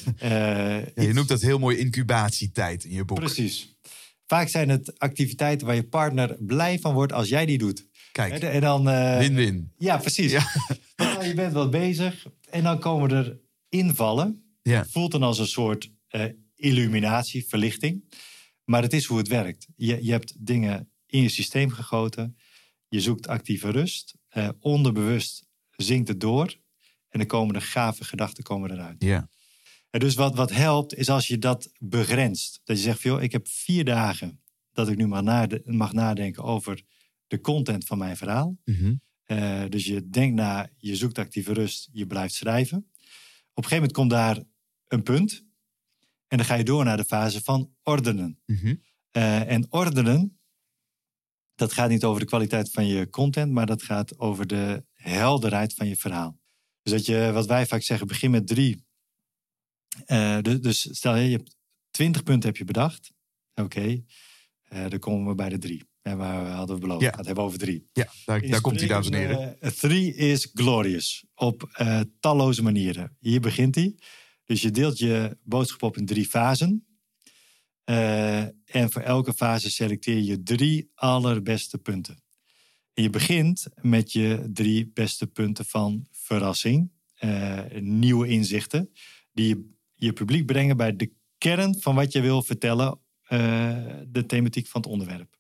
[SPEAKER 1] Je noemt dat heel mooi incubatietijd in je boek.
[SPEAKER 11] Precies. Vaak zijn het activiteiten waar je partner blij van wordt als jij die doet.
[SPEAKER 1] Kijk,
[SPEAKER 11] en dan,
[SPEAKER 1] win-win.
[SPEAKER 11] Ja, precies. Ja. Je bent wat bezig en dan komen er invallen.
[SPEAKER 1] Ja.
[SPEAKER 11] Het voelt dan als een soort illuminatie, verlichting. Maar het is hoe het werkt. Je hebt dingen in je systeem gegoten. Je zoekt actieve rust. Onderbewust zinkt het door. En dan komen de gave gedachten eruit.
[SPEAKER 1] Ja.
[SPEAKER 11] En dus wat helpt is als je dat begrenst. Dat je zegt, joh, ik heb 4 dagen dat ik nu mag nadenken over de content van mijn verhaal.
[SPEAKER 1] Mm-hmm.
[SPEAKER 11] Dus je denkt na, je zoekt actieve rust, je blijft schrijven. Op een gegeven moment komt daar een punt. En dan ga je door naar de fase van ordenen.
[SPEAKER 1] Mm-hmm.
[SPEAKER 11] En ordenen, dat gaat niet over de kwaliteit van je content, maar dat gaat over de helderheid van je verhaal. Dus dat je, wat wij vaak zeggen, begin met 3. Dus stel je hebt 20 punten heb je bedacht. Oké. Dan komen we bij de 3. En waar hadden we beloofd?
[SPEAKER 6] Ja.
[SPEAKER 11] We gaan het hebben over 3.
[SPEAKER 6] Ja, daar komt hij, dames en heren.
[SPEAKER 11] 3 is glorious. Op talloze manieren. Hier begint hij. Dus je deelt je boodschap op in 3 fasen. En voor elke fase selecteer je 3 allerbeste punten. En je begint met je 3 beste punten van verrassing. Nieuwe inzichten. Die je publiek brengen bij de kern van wat je wil vertellen. De thematiek van het onderwerp.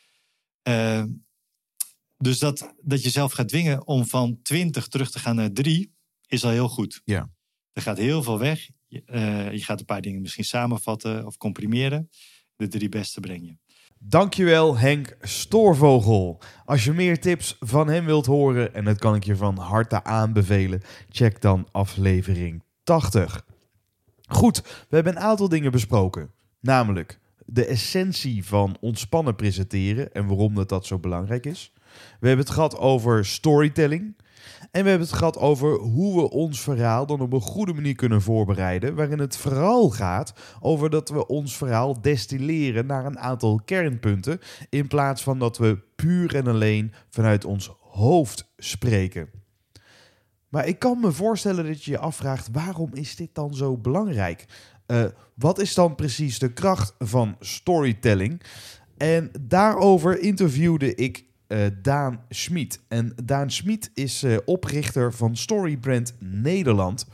[SPEAKER 11] Dus dat je zelf gaat dwingen om van 20 terug te gaan naar 3... is al heel goed.
[SPEAKER 6] Ja.
[SPEAKER 11] Er gaat heel veel weg. Je gaat een paar dingen misschien samenvatten of comprimeren. De 3 beste breng je.
[SPEAKER 1] Dankjewel Henk Stoorvogel. Als je meer tips van hem wilt horen, en dat kan ik je van harte aanbevelen, check dan aflevering 80. Goed, we hebben een aantal dingen besproken. Namelijk de essentie van ontspannen presenteren en waarom dat zo belangrijk is. We hebben het gehad over storytelling. En we hebben het gehad over hoe we ons verhaal dan op een goede manier kunnen voorbereiden. Waarin het vooral gaat over dat we ons verhaal destilleren naar een aantal kernpunten. In plaats van dat we puur en alleen vanuit ons hoofd spreken. Maar ik kan me voorstellen dat je je afvraagt, waarom is dit dan zo belangrijk? Wat is dan precies de kracht van storytelling? En daarover interviewde ik Daan Schmid. En Daan Schmid is oprichter van Storybrand Nederland.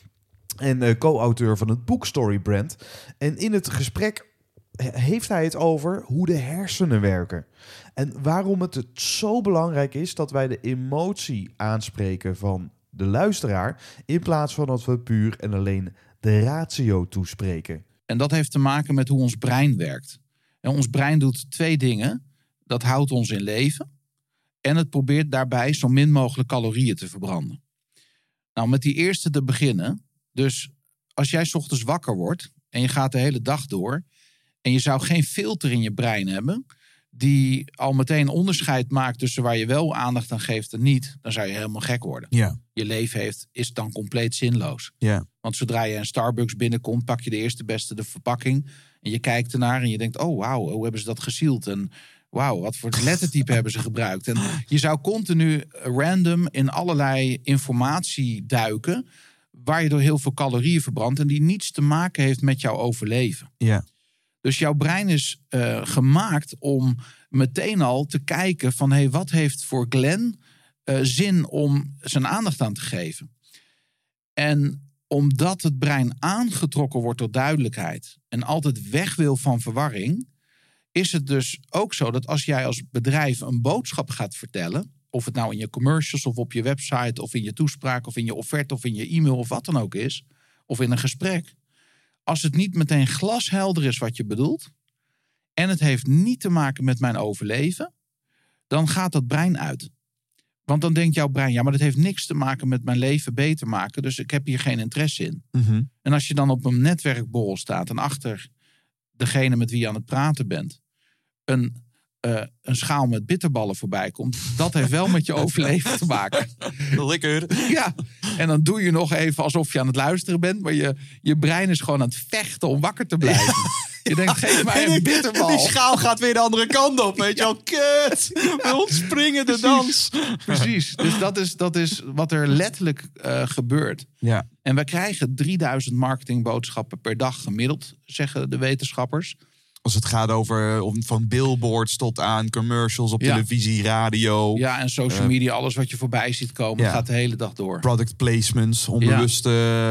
[SPEAKER 1] En co-auteur van het boek Storybrand. En in het gesprek heeft hij het over hoe de hersenen werken. En waarom het zo belangrijk is dat wij de emotie aanspreken van de luisteraar, in plaats van dat we puur en alleen de ratio toespreken.
[SPEAKER 12] En dat heeft te maken met hoe ons brein werkt. En ons brein doet 2 dingen. Dat houdt ons in leven. En het probeert daarbij zo min mogelijk calorieën te verbranden. Nou, met die eerste te beginnen. Dus als jij 's ochtends wakker wordt en je gaat de hele dag door en je zou geen filter in je brein hebben die al meteen onderscheid maakt tussen waar je wel aandacht aan geeft en niet, dan zou je helemaal gek worden.
[SPEAKER 6] Ja.
[SPEAKER 12] Je leven is dan compleet zinloos.
[SPEAKER 6] Ja.
[SPEAKER 12] Want zodra je een Starbucks binnenkomt, pak je de eerste beste de verpakking en je kijkt ernaar en je denkt, oh wauw, hoe hebben ze dat gesield? En wauw, wat voor lettertype hebben ze gebruikt? En je zou continu random in allerlei informatie duiken waar je door heel veel calorieën verbrandt en die niets te maken heeft met jouw overleven.
[SPEAKER 6] Ja.
[SPEAKER 12] Dus jouw brein is gemaakt om meteen al te kijken van, hey, wat heeft voor Glenn zin om zijn aandacht aan te geven? En omdat het brein aangetrokken wordt door duidelijkheid en altijd weg wil van verwarring, is het dus ook zo dat als jij als bedrijf een boodschap gaat vertellen, of het nou in je commercials of op je website of in je toespraak of in je offerte of in je e-mail of wat dan ook is, of in een gesprek, als het niet meteen glashelder is wat je bedoelt en het heeft niet te maken met mijn overleven, dan gaat dat brein uit. Want dan denkt jouw brein, ja, maar dat heeft niks te maken met mijn leven beter maken, dus ik heb hier geen interesse in.
[SPEAKER 6] Mm-hmm.
[SPEAKER 12] En als je dan op een netwerkborrel staat en achter degene met wie je aan het praten bent een schaal met bitterballen voorbij komt, dat heeft wel met je overleven te maken.
[SPEAKER 6] Lekker.
[SPEAKER 12] Ja, en dan doe je nog even alsof je aan het luisteren bent, maar je brein is gewoon aan het vechten om wakker te blijven. Je denkt, geef mij een bitterbal.
[SPEAKER 6] Die schaal gaat weer de andere kant op, weet je wel. Kut! We ontspringen de dans.
[SPEAKER 12] Precies. Dus dat is wat er letterlijk gebeurt.
[SPEAKER 6] Ja.
[SPEAKER 12] En we krijgen 3000 marketingboodschappen per dag gemiddeld, zeggen de wetenschappers.
[SPEAKER 6] Als het gaat over van billboards tot aan commercials op televisie, radio.
[SPEAKER 12] Ja, en social media, alles wat je voorbij ziet komen, gaat de hele dag door.
[SPEAKER 6] Product placements, onbewuste,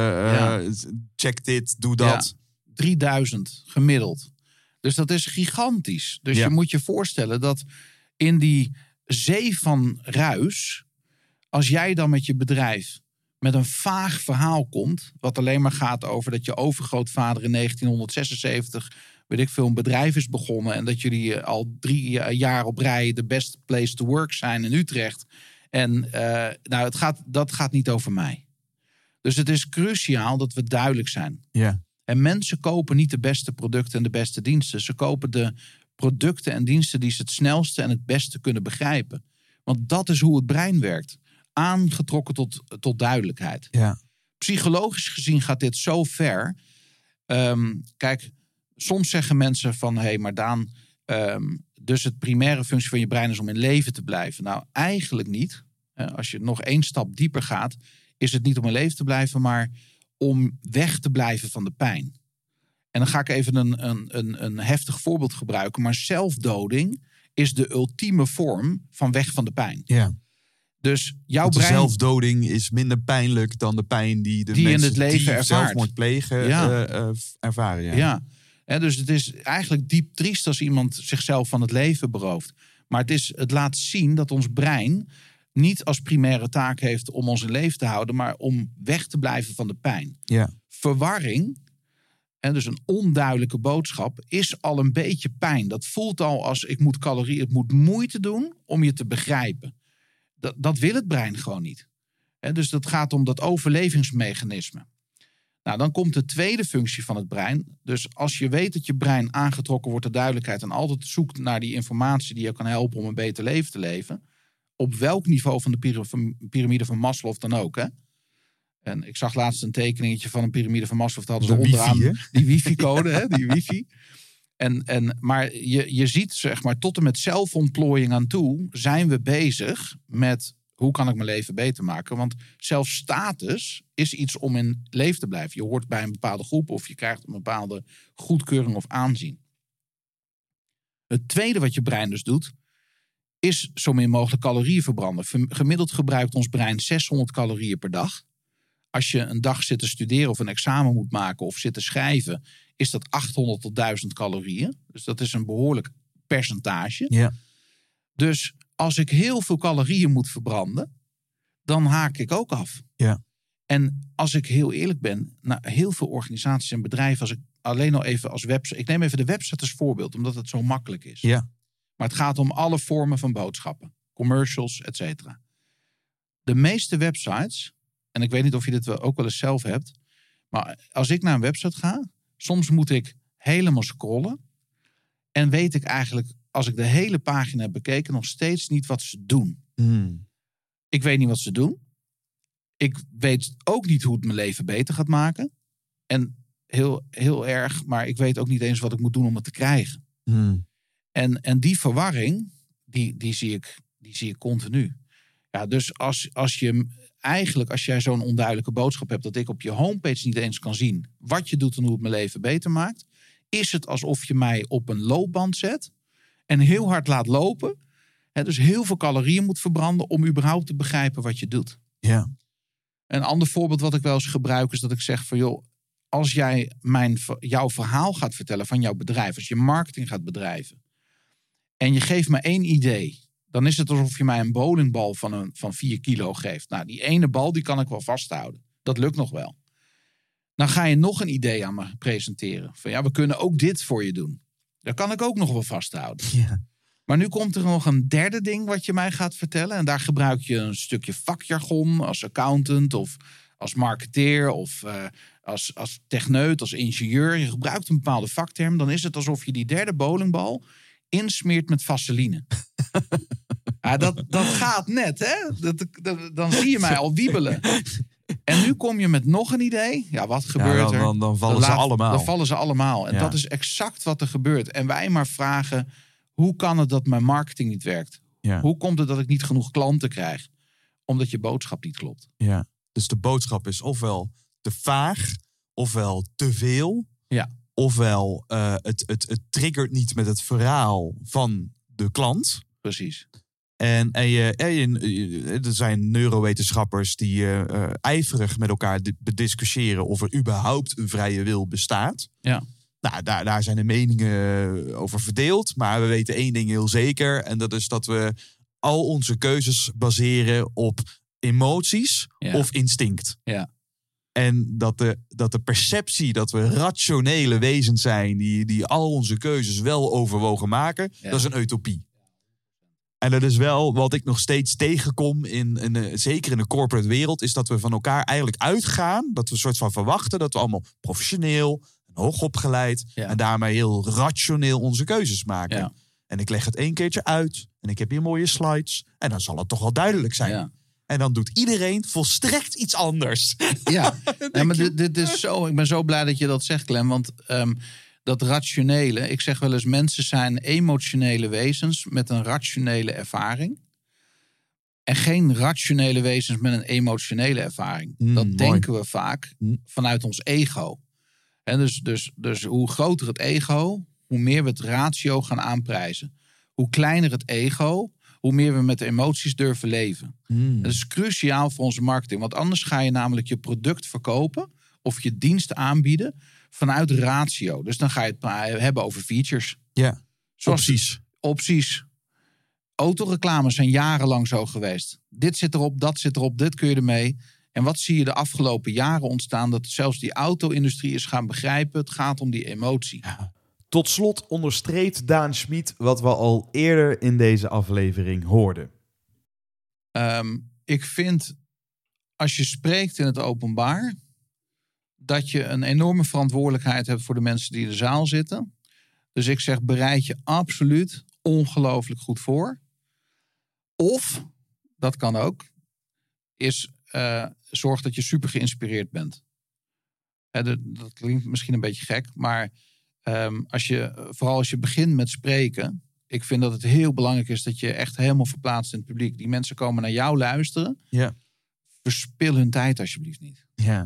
[SPEAKER 6] check dit, doe dat.
[SPEAKER 12] Ja, 3000 gemiddeld. Dus dat is gigantisch. Dus je moet je voorstellen dat in die zee van ruis, als jij dan met je bedrijf met een vaag verhaal komt, wat alleen maar gaat over dat je overgrootvader in 1976... weet ik veel, een bedrijf is begonnen en dat jullie al 3 jaar op rij de best place to work zijn in Utrecht. En dat gaat niet over mij. Dus het is cruciaal dat we duidelijk zijn.
[SPEAKER 6] Ja.
[SPEAKER 12] En mensen kopen niet de beste producten en de beste diensten. Ze kopen de producten en diensten die ze het snelste en het beste kunnen begrijpen. Want dat is hoe het brein werkt. Aangetrokken tot duidelijkheid.
[SPEAKER 6] Ja.
[SPEAKER 12] Psychologisch gezien gaat dit zo ver. Kijk, soms zeggen mensen van... maar Daan, dus het primaire functie van je brein is om in leven te blijven. Nou, eigenlijk niet. Als je nog 1 stap dieper gaat... is het niet om in leven te blijven... maar om weg te blijven van de pijn. En dan ga ik even een heftig voorbeeld gebruiken. Maar zelfdoding is de ultieme vorm van weg van de pijn.
[SPEAKER 6] Ja.
[SPEAKER 12] Dus jouw
[SPEAKER 6] Want de
[SPEAKER 12] brein...
[SPEAKER 6] zelfdoding is minder pijnlijk dan de pijn die de mensen
[SPEAKER 12] in het leven
[SPEAKER 6] die
[SPEAKER 12] ervaart.
[SPEAKER 6] zelfmoord plegen ervaren. Ja.
[SPEAKER 12] Dus het is eigenlijk diep triest als iemand zichzelf van het leven berooft. Maar het laat zien dat ons brein niet als primaire taak heeft om ons in leven te houden, maar om weg te blijven van de pijn.
[SPEAKER 6] Ja.
[SPEAKER 12] Verwarring, en dus een onduidelijke boodschap, is al een beetje pijn. Dat voelt al als ik moet moeite doen om je te begrijpen. Dat wil het brein gewoon niet. Dus dat gaat om dat overlevingsmechanisme. Nou, dan komt de tweede functie van het brein. Dus als je weet dat je brein aangetrokken wordt door duidelijkheid en altijd zoekt naar die informatie die je kan helpen om een beter leven te leven, op welk niveau van de piramide van Maslow dan ook. Hè? En ik zag laatst een tekeningetje van een piramide van Maslow. Dat hadden ze onderaan die wifi-code, hè? Die wifi. Maar je ziet, zeg maar, tot en met zelfontplooiing aan toe zijn we bezig met hoe kan ik mijn leven beter maken. Want zelfs status is iets om in leven te blijven. Je hoort bij een bepaalde groep of je krijgt een bepaalde goedkeuring of aanzien. Het tweede wat je brein dus doet, is zo min mogelijk calorieën verbranden. Gemiddeld gebruikt ons brein 600 calorieën per dag. Als je een dag zit te studeren of een examen moet maken of zit te schrijven, is dat 800 tot 1000 calorieën. Dus dat is een behoorlijk percentage.
[SPEAKER 6] Ja.
[SPEAKER 12] Dus als ik heel veel calorieën moet verbranden, dan haak ik ook af.
[SPEAKER 6] Ja.
[SPEAKER 12] En als ik heel eerlijk ben, heel veel organisaties en bedrijven, als ik alleen al even als website, ik neem even de website als voorbeeld, omdat het zo makkelijk is.
[SPEAKER 6] Ja.
[SPEAKER 12] Maar het gaat om alle vormen van boodschappen, commercials, et cetera. De meeste websites, en ik weet niet of je dit ook wel eens zelf hebt, maar als ik naar een website ga, soms moet ik helemaal scrollen en weet ik eigenlijk, als ik de hele pagina heb bekeken, nog steeds niet wat ze doen. Ik weet niet wat ze doen. Ik weet ook niet hoe het mijn leven beter gaat maken. En heel, heel erg, maar ik weet ook niet eens wat ik moet doen om het te krijgen. En die verwarring, die zie ik continu. Ja, dus als jij zo'n onduidelijke boodschap hebt, dat ik op je homepage niet eens kan zien wat je doet en hoe het mijn leven beter maakt, is het alsof je mij op een loopband zet en heel hard laat lopen. Dus heel veel calorieën moet verbranden om überhaupt te begrijpen wat je doet.
[SPEAKER 6] Ja.
[SPEAKER 12] Een ander voorbeeld wat ik wel eens gebruik is dat ik zeg van joh, als jij jouw verhaal gaat vertellen van jouw bedrijf, als je marketing gaat bedrijven en je geeft me 1 idee, dan is het alsof je mij een bowlingbal van 4 kilo geeft. Nou, die ene bal die kan ik wel vasthouden. Dat lukt nog wel. Dan ga je nog een idee aan me presenteren. Van ja, we kunnen ook dit voor je doen. Dat kan ik ook nog wel vasthouden.
[SPEAKER 6] Ja.
[SPEAKER 12] Maar nu komt er nog een derde ding wat je mij gaat vertellen. En daar gebruik je een stukje vakjargon als accountant of als marketeer of als techneut, als ingenieur. Je gebruikt een bepaalde vakterm. Dan is het alsof je die derde bowlingbal insmeert met vaseline. Ja, dat gaat net, hè? Dan zie je mij al wiebelen. En nu kom je met nog een idee. Ja, wat gebeurt er?
[SPEAKER 6] Dan vallen ze allemaal.
[SPEAKER 12] Dan vallen ze allemaal. En dat is exact wat er gebeurt. En wij maar vragen, hoe kan het dat mijn marketing niet werkt?
[SPEAKER 6] Ja.
[SPEAKER 12] Hoe komt het dat ik niet genoeg klanten krijg? Omdat je boodschap niet klopt.
[SPEAKER 6] Ja. Dus de boodschap is ofwel te vaag, ofwel te veel.
[SPEAKER 12] Ja.
[SPEAKER 6] Ofwel het triggert niet met het verhaal van de klant.
[SPEAKER 12] Precies.
[SPEAKER 6] En er zijn neurowetenschappers die ijverig met elkaar bediscussiëren of er überhaupt een vrije wil bestaat.
[SPEAKER 12] Ja.
[SPEAKER 6] Nou, daar zijn de meningen over verdeeld. Maar we weten 1 ding heel zeker. En dat is dat we al onze keuzes baseren op emoties of instinct.
[SPEAKER 12] Ja.
[SPEAKER 6] En dat de perceptie dat we rationele wezens zijn die al onze keuzes wel overwogen maken, dat is een utopie. En dat is wel wat ik nog steeds tegenkom, zeker in de corporate wereld, is dat we van elkaar eigenlijk uitgaan, dat we een soort van verwachten dat we allemaal professioneel en hoogopgeleid en daarmee heel rationeel onze keuzes maken. Ja. En ik leg het 1 keertje uit en ik heb hier mooie slides en dan zal het toch wel duidelijk zijn. Ja. En dan doet iedereen volstrekt iets anders.
[SPEAKER 12] Ja, maar dit is zo. Ik ben zo blij dat je dat zegt, Clem. Want dat rationele... Ik zeg wel eens, mensen zijn emotionele wezens met een rationele ervaring. En geen rationele wezens met een emotionele ervaring. Dat denken we vaak vanuit ons ego. En dus hoe groter het ego, hoe meer we het ratio gaan aanprijzen. Hoe kleiner het ego, hoe meer we met de emoties durven leven. Dat is cruciaal voor onze marketing. Want anders ga je namelijk je product verkopen of je dienst aanbieden vanuit ratio. Dus dan ga je het hebben over features.
[SPEAKER 6] Ja,
[SPEAKER 12] zoals opties. Autoreclames zijn jarenlang zo geweest. Dit zit erop, dat zit erop, dit kun je ermee. En wat zie je de afgelopen jaren ontstaan? Dat zelfs die auto-industrie is gaan begrijpen. Het gaat om die emotie.
[SPEAKER 1] Ja. Tot slot onderstreept Daan Schmid wat we al eerder in deze aflevering hoorden.
[SPEAKER 12] Ik vind, als je spreekt in het openbaar, dat je een enorme verantwoordelijkheid hebt voor de mensen die in de zaal zitten. Dus ik zeg, bereid je absoluut ongelooflijk goed voor. Of, dat kan ook, is zorg dat je super geïnspireerd bent. Dat klinkt misschien een beetje gek, maar vooral als je begint met spreken, ik vind dat het heel belangrijk is dat je echt helemaal verplaatst in het publiek. Die mensen komen naar jou luisteren.
[SPEAKER 6] Ja.
[SPEAKER 12] Verspil hun tijd alsjeblieft niet.
[SPEAKER 6] Ja.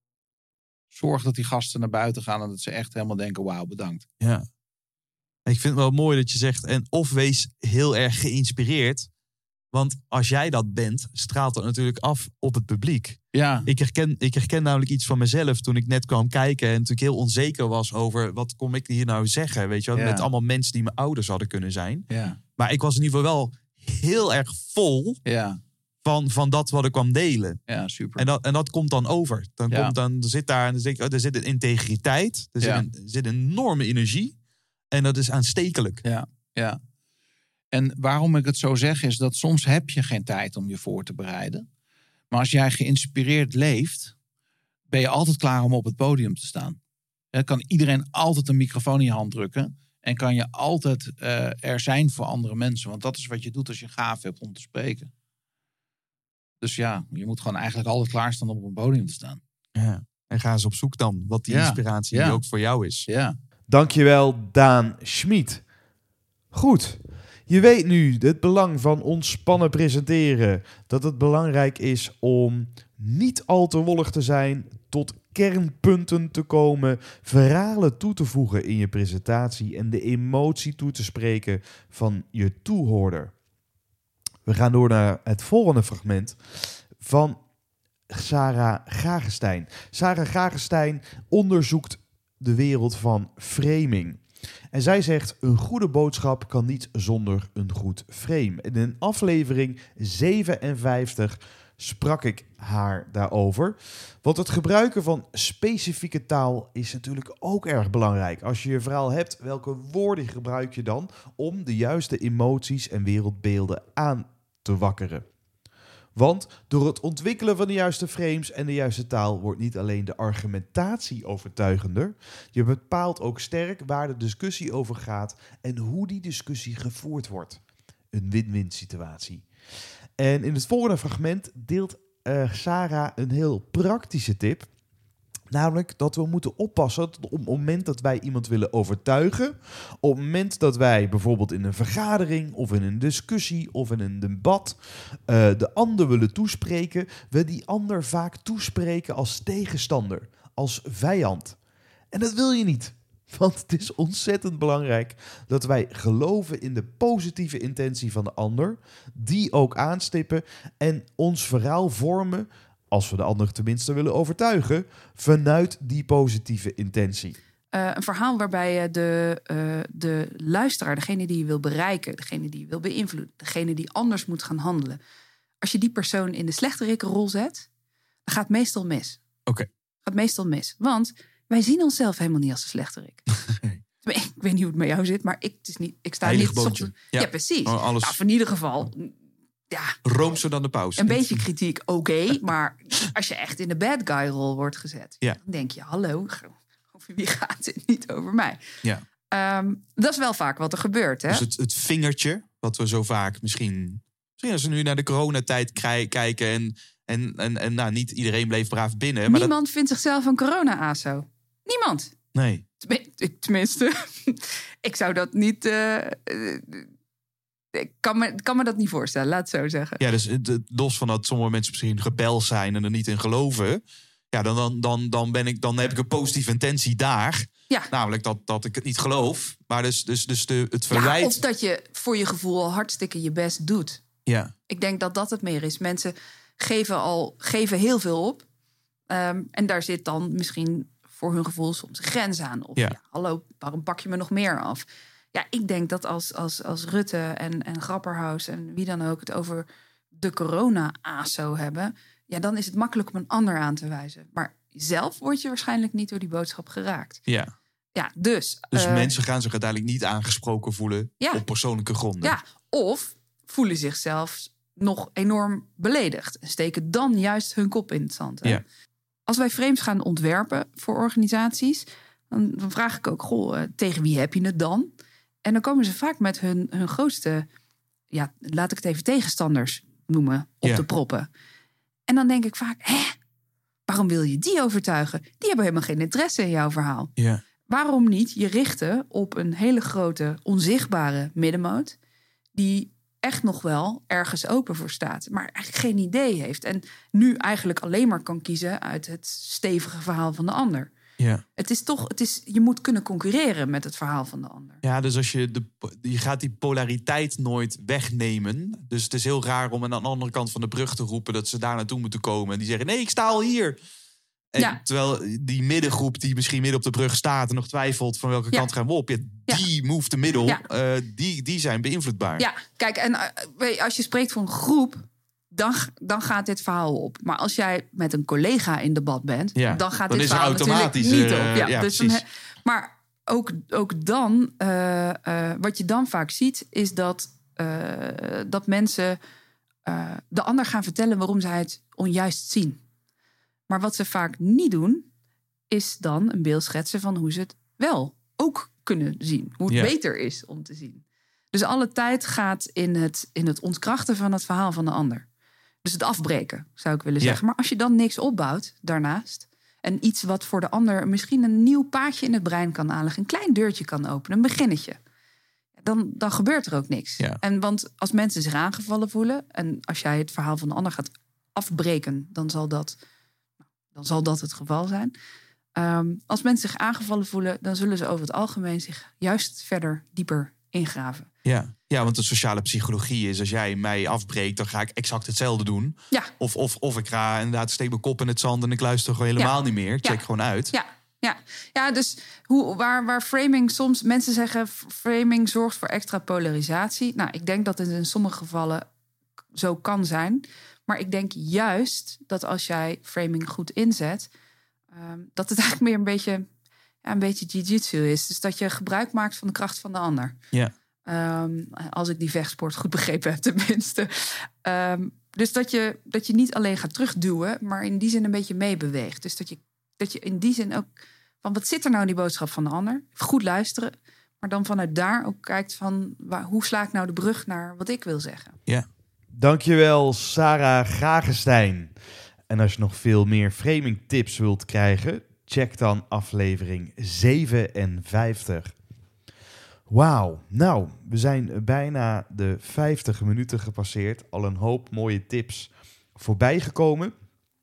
[SPEAKER 12] Zorg dat die gasten naar buiten gaan en dat ze echt helemaal denken, wauw, bedankt.
[SPEAKER 6] Ja. Ik vind het wel mooi dat je zegt, en of wees heel erg geïnspireerd. Want als jij dat bent, straalt dat natuurlijk af op het publiek.
[SPEAKER 12] Ja.
[SPEAKER 6] Ik herken namelijk iets van mezelf toen ik net kwam kijken en natuurlijk heel onzeker was over wat kon ik hier nou zeggen, weet je wel, met allemaal mensen die mijn ouders hadden kunnen zijn.
[SPEAKER 12] Ja.
[SPEAKER 6] Maar ik was in ieder geval wel heel erg vol van dat wat ik kwam delen.
[SPEAKER 12] Ja, super.
[SPEAKER 6] En dat komt dan over. Dan zit daar, en dan denk ik, er zit een integriteit, er zit een enorme energie en dat is aanstekelijk.
[SPEAKER 12] Ja. En waarom ik het zo zeg is dat soms heb je geen tijd om je voor te bereiden. Maar als jij geïnspireerd leeft, ben je altijd klaar om op het podium te staan. Dan kan iedereen altijd een microfoon in je hand drukken. En kan je altijd er zijn voor andere mensen. Want dat is wat je doet als je gaaf hebt om te spreken. Dus ja, je moet gewoon eigenlijk altijd klaarstaan om op een podium te staan.
[SPEAKER 6] Ja. En ga eens op zoek dan wat die inspiratie ook voor jou is.
[SPEAKER 12] Ja.
[SPEAKER 1] Dankjewel, Daan Schmid. Goed. Je weet nu het belang van ontspannen presenteren. Dat het belangrijk is om niet al te wollig te zijn, tot kernpunten te komen, verhalen toe te voegen in je presentatie en de emotie toe te spreken van je toehoorder. We gaan door naar het volgende fragment van Sarah Gagestein. Sarah Gagestein onderzoekt de wereld van framing. En zij zegt, een goede boodschap kan niet zonder een goed frame. En in aflevering 57 sprak ik haar daarover. Want het gebruiken van specifieke taal is natuurlijk ook erg belangrijk. Als je je verhaal hebt, welke woorden gebruik je dan om de juiste emoties en wereldbeelden aan te wakkeren? Want door het ontwikkelen van de juiste frames en de juiste taal wordt niet alleen de argumentatie overtuigender. Je bepaalt ook sterk waar de discussie over gaat en hoe die discussie gevoerd wordt. Een win-win situatie. En in het volgende fragment deelt Sarah een heel praktische tip. Namelijk dat we moeten oppassen op het moment dat wij iemand willen overtuigen. Op het moment dat wij bijvoorbeeld in een vergadering of in een discussie of in een debat de ander willen toespreken. We die ander vaak toespreken als tegenstander, als vijand. En dat wil je niet. Want het is ontzettend belangrijk dat wij geloven in de positieve intentie van de ander. Die ook aanstippen en ons verhaal vormen, als we de ander tenminste willen overtuigen, vanuit die positieve intentie.
[SPEAKER 13] Een verhaal waarbij je de luisteraar, degene die je wil bereiken, degene die je wil beïnvloeden, degene die anders moet gaan handelen. Als je die persoon in de slechterikrol zet, dan gaat het meestal mis.
[SPEAKER 6] Oké.
[SPEAKER 13] Gaat meestal mis. Want wij zien onszelf helemaal niet als de slechterik. Ik weet niet hoe het met jou zit, maar ik sta
[SPEAKER 6] heilig
[SPEAKER 13] niet...
[SPEAKER 6] boontje.
[SPEAKER 13] Ja, precies.
[SPEAKER 6] Alles.
[SPEAKER 13] Nou, in ieder geval... Ja,
[SPEAKER 6] Roomser dan de paus.
[SPEAKER 13] Een beetje kritiek, oké, maar als je echt in de bad guy rol wordt gezet, dan denk je, hallo, over wie gaat het? Niet over mij.
[SPEAKER 6] Ja.
[SPEAKER 13] Dat is wel vaak wat er gebeurt. Hè?
[SPEAKER 6] Dus het vingertje, wat we zo vaak misschien als we nu naar de coronatijd kijken en nou, niet iedereen bleef braaf binnen. Maar
[SPEAKER 13] Niemand vindt zichzelf een corona-aso. Niemand.
[SPEAKER 6] Nee.
[SPEAKER 13] tenminste, ik zou dat niet... Ik kan me dat niet voorstellen, laat het zo zeggen.
[SPEAKER 6] Ja, dus los van dat sommige mensen misschien rebel zijn en er niet in geloven. Ja, dan heb ik een positieve intentie daar.
[SPEAKER 13] Ja.
[SPEAKER 6] Namelijk dat ik het niet geloof. Maar dus het verwijt...
[SPEAKER 13] Ja, of dat je voor je gevoel al hartstikke je best doet.
[SPEAKER 6] Ja.
[SPEAKER 13] Ik denk dat het meer is. Mensen geven heel veel op. En daar zit dan misschien voor hun gevoel soms een grens aan. Of hallo, waarom pak je me nog meer af? Ja, ik denk dat als Rutte en Grapperhaus en wie dan ook het over de corona-ASO hebben, ja, dan is het makkelijk om een ander aan te wijzen. Maar zelf word je waarschijnlijk niet door die boodschap geraakt.
[SPEAKER 6] Ja.
[SPEAKER 13] Ja, dus
[SPEAKER 6] mensen gaan zich uiteindelijk niet aangesproken voelen op persoonlijke gronden.
[SPEAKER 13] Ja, of voelen zichzelf nog enorm beledigd en steken dan juist hun kop in het zand. Hè?
[SPEAKER 6] Ja.
[SPEAKER 13] Als wij frames gaan ontwerpen voor organisaties, dan vraag ik ook, tegen wie heb je het dan? En dan komen ze vaak met hun grootste, ja, laat ik het even tegenstanders noemen, op de proppen. En dan denk ik vaak, waarom wil je die overtuigen? Die hebben helemaal geen interesse in jouw verhaal.
[SPEAKER 6] Ja.
[SPEAKER 13] Waarom niet je richten op een hele grote, onzichtbare middenmoot, die echt nog wel ergens open voor staat, maar eigenlijk geen idee heeft. En nu eigenlijk alleen maar kan kiezen uit het stevige verhaal van de ander.
[SPEAKER 6] Ja.
[SPEAKER 13] Je moet kunnen concurreren met het verhaal van de ander.
[SPEAKER 6] Ja, dus als je gaat die polariteit nooit wegnemen. Dus het is heel raar om aan de andere kant van de brug te roepen dat ze daar naartoe moeten komen. En die zeggen, nee, ik sta al hier. En terwijl die middengroep die misschien midden op de brug staat en nog twijfelt van welke kant gaan we op. Die move the middle, die zijn beïnvloedbaar.
[SPEAKER 13] Ja, kijk, en als je spreekt van een groep, dan gaat dit verhaal op. Maar als jij met een collega in debat bent, dan gaat dit verhaal automatisch natuurlijk niet op. Maar ook dan, wat je dan vaak ziet, is dat mensen de ander gaan vertellen waarom zij het onjuist zien. Maar wat ze vaak niet doen, is dan een beeld schetsen van hoe ze het wel ook kunnen zien. Hoe het beter is om te zien. Dus alle tijd gaat in het ontkrachten van het verhaal van de ander. Dus het afbreken, zou ik willen zeggen. Maar als je dan niks opbouwt daarnaast, en iets wat voor de ander misschien een nieuw paadje in het brein kan aanleggen, een klein deurtje kan openen, een beginnetje, dan gebeurt er ook niks. Ja. Want als mensen zich aangevallen voelen, en als jij het verhaal van de ander gaat afbreken, dan zal dat het geval zijn. Als mensen zich aangevallen voelen, dan zullen ze over het algemeen zich juist verder dieper ingraven.
[SPEAKER 6] Ja, want de sociale psychologie is, als jij mij afbreekt, dan ga ik exact hetzelfde doen. Ja. Of ik ga inderdaad, steek mijn kop in het zand en ik luister gewoon helemaal niet meer. Check gewoon uit.
[SPEAKER 13] Ja, dus waar framing soms, mensen zeggen framing zorgt voor extra polarisatie. Nou, ik denk dat het in sommige gevallen zo kan zijn. Maar ik denk juist dat als jij framing goed inzet, dat het eigenlijk meer een beetje jiu-jitsu is. Dus dat je gebruik maakt van de kracht van de ander. Ja. Als ik die vechtsport goed begrepen heb tenminste. Dus dat je niet alleen gaat terugduwen, maar in die zin een beetje meebeweegt. Dus dat je in die zin ook van, wat zit er nou in die boodschap van de ander? Goed luisteren, maar dan vanuit daar ook kijkt van, hoe sla ik nou de brug naar wat ik wil zeggen?
[SPEAKER 1] Ja. Dankjewel, Sarah Gagenstein. En als je nog veel meer framing tips wilt krijgen, check dan aflevering 57. Wauw, nou, we zijn bijna de 50 minuten gepasseerd. Al een hoop mooie tips voorbij gekomen.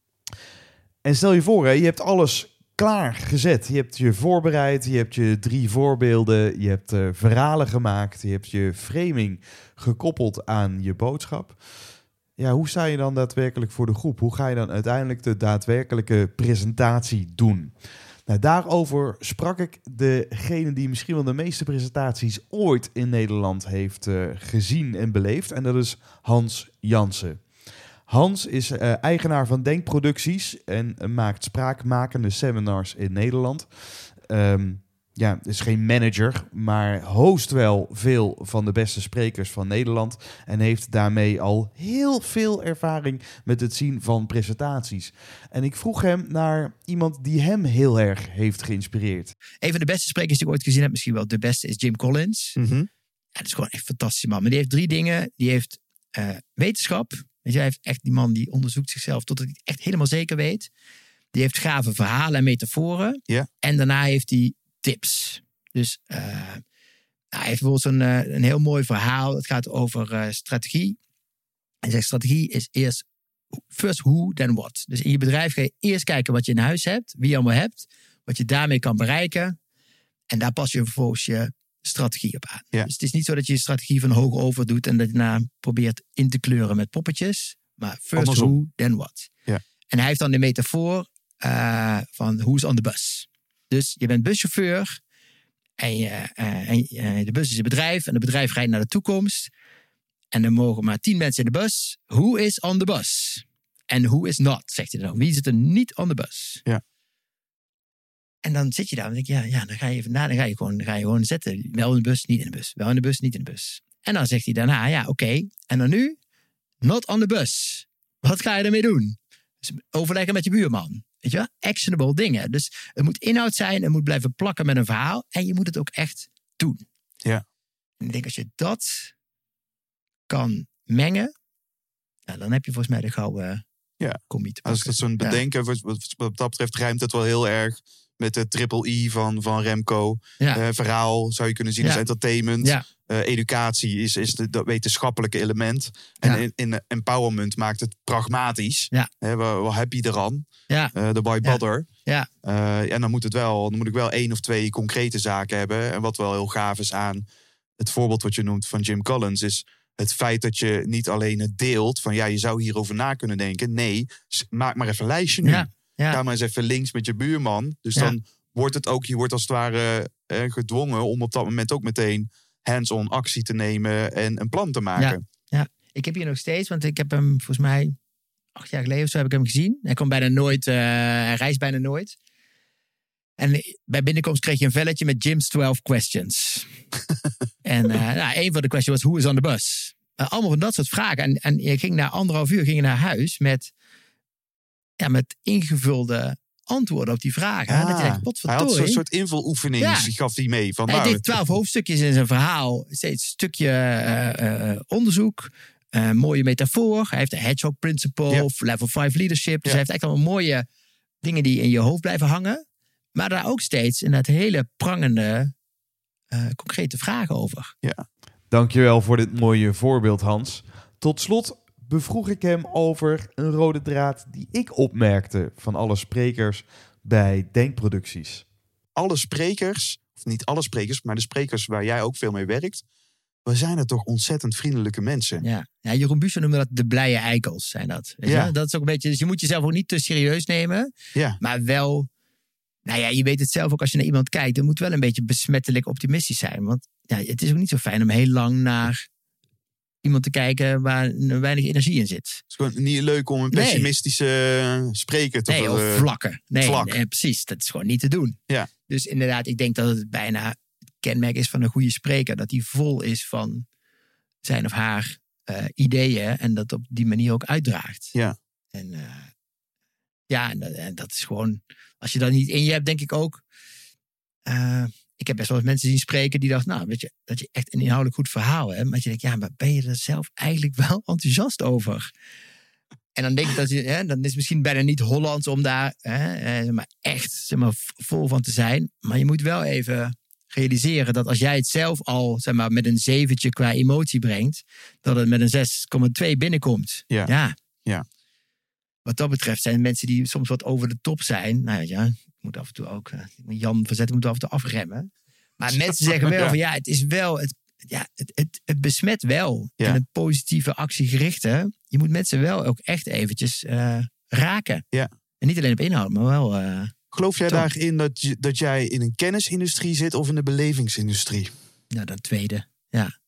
[SPEAKER 1] En stel je voor, je hebt alles klaargezet. Je hebt je voorbereid, je hebt je 3 voorbeelden, je hebt verhalen gemaakt, je hebt je framing gekoppeld aan je boodschap. Ja, hoe sta je dan daadwerkelijk voor de groep? Hoe ga je dan uiteindelijk de daadwerkelijke presentatie doen? Nou, daarover sprak ik degene die misschien wel de meeste presentaties ooit in Nederland heeft gezien en beleefd. En dat is Hans Jansen. Hans is eigenaar van Denkproducties en maakt spraakmakende seminars in Nederland. Is geen manager, maar host wel veel van de beste sprekers van Nederland. En heeft daarmee al heel veel ervaring met het zien van presentaties. En ik vroeg hem naar iemand die hem heel erg heeft geïnspireerd.
[SPEAKER 14] Een van de beste sprekers die ik ooit gezien heb, misschien wel de beste, is Jim Collins. Mm-hmm. Ja, dat is gewoon echt een fantastische man. Maar die heeft 3 dingen. Die heeft wetenschap. Weet je, hij heeft echt die man die onderzoekt zichzelf totdat hij het echt helemaal zeker weet. Die heeft gave verhalen en metaforen. Yeah. En daarna heeft hij tips. Dus hij heeft bijvoorbeeld een heel mooi verhaal. Het gaat over strategie. Hij zegt strategie is eerst first who, then what. Dus in je bedrijf ga je eerst kijken wat je in huis hebt. Wie je allemaal hebt. Wat je daarmee kan bereiken. En daar pas je vervolgens je strategie op aan. Ja. Dus het is niet zo dat je je strategie van hoog over doet en dat je daarna probeert in te kleuren met poppetjes. Maar first who, then what. Ja. En hij heeft dan de metafoor van who's on the bus. Dus je bent buschauffeur en de bus is een bedrijf en het bedrijf rijdt naar de toekomst. En er mogen maar 10 mensen in de bus. Who is on the bus? En who is not, zegt hij dan. Wie zit er niet on the bus? Ja. En dan zit je daar en denk je, dan ga je even na, dan ga je gewoon zetten. Wel in de bus, niet in de bus. Wel in de bus, niet in de bus. En dan zegt hij daarna, oké. En dan nu, not on the bus. Wat ga je ermee doen? Dus overleggen met je buurman. Weet je wel? Actionable dingen. Dus het moet inhoud zijn, het moet blijven plakken met een verhaal. En je moet het ook echt doen. Ja. En ik denk, als je dat kan mengen, dan heb je volgens mij de gouden combi te pakken.
[SPEAKER 6] Als dat zo'n bedenken, wat dat betreft ruimt het wel heel erg met de triple E van Remco. Ja. Verhaal zou je kunnen zien als entertainment. Ja. Educatie is dat wetenschappelijke element. En in empowerment maakt het pragmatisch. Ja. Wat heb je eraan? Ja. De why bother? Ja. En dan moet ik wel 1 of 2 concrete zaken hebben. En wat wel heel gaaf is aan het voorbeeld wat je noemt van Jim Collins is het feit dat je niet alleen het deelt van je zou hierover na kunnen denken. Nee, maak maar even een lijstje nu. Ja. Ja. Ga maar eens even links met je buurman. Dus dan wordt het ook, je wordt als het ware gedwongen om op dat moment ook meteen hands-on actie te nemen en een plan te maken.
[SPEAKER 14] Ja. Ik heb hier nog steeds, want ik heb hem volgens mij 8 jaar geleden of zo heb ik hem gezien. Hij komt bijna nooit, hij reist bijna nooit. En bij binnenkomst kreeg je een velletje met Jim's 12 questions. En een van de questions was, who is on the bus? Allemaal van dat soort vragen. En je ging na 1,5 uur naar huis met ingevulde antwoorden op die vragen. Dat je denkt,
[SPEAKER 6] hij had zo'n soort invuloefening, gaf hij mee.
[SPEAKER 14] Hij deed 12 hoofdstukjes in zijn verhaal. Steeds een stukje onderzoek. Mooie metafoor. Hij heeft de Hedgehog Principle of Level 5 Leadership. Dus hij heeft echt allemaal mooie dingen die in je hoofd blijven hangen. Maar daar ook steeds inderdaad hele prangende, concrete vragen over.
[SPEAKER 1] Ja. Dankjewel voor dit mooie voorbeeld, Hans. Tot slot bevroeg ik hem over een rode draad die ik opmerkte van alle sprekers bij Denkproducties.
[SPEAKER 6] Alle sprekers, of niet alle sprekers, maar de sprekers waar jij ook veel mee werkt, we zijn er toch ontzettend vriendelijke mensen.
[SPEAKER 14] Ja, Jeroen Buescher noemde dat de blije eikels, zijn dat. Weet je? Dat is ook een beetje, dus je moet jezelf ook niet te serieus nemen, maar wel, je weet het zelf ook als je naar iemand kijkt, het moet wel een beetje besmettelijk optimistisch zijn, want het is ook niet zo fijn om heel lang naar iemand te kijken waar weinig energie in zit.
[SPEAKER 6] Het is gewoon niet leuk om een pessimistische spreker te
[SPEAKER 14] of vlakken. Nee, precies. Dat is gewoon niet te doen. Ja. Dus inderdaad, ik denk dat het bijna het kenmerk is van een goede spreker. Dat hij vol is van zijn of haar ideeën. En dat op die manier ook uitdraagt. Ja. En dat is gewoon, als je dat niet in je hebt, denk ik ook. Ik heb best wel eens mensen zien spreken die dachten, weet je, dat je echt een inhoudelijk goed verhaal hebt. Maar je denkt, maar ben je er zelf eigenlijk wel enthousiast over? En dan denk ik dat dan is het misschien bijna niet Hollands om daar maar echt vol van te zijn. Maar je moet wel even realiseren dat als jij het zelf al met een 7 qua emotie brengt, dat het met een 6,2 binnenkomt. Ja. Wat dat betreft zijn mensen die soms wat over de top zijn. Moet af en toe ook, Jan Verzetten moet af en toe afremmen. Maar mensen zeggen wel van het is wel, het besmet wel. En het positieve actiegerichte, je moet mensen wel ook echt eventjes raken. Ja. En niet alleen op inhoud, maar wel.
[SPEAKER 6] Geloof jij daarin dat jij in een kennisindustrie zit of in de belevingsindustrie?
[SPEAKER 14] Nou, dat tweede, ja.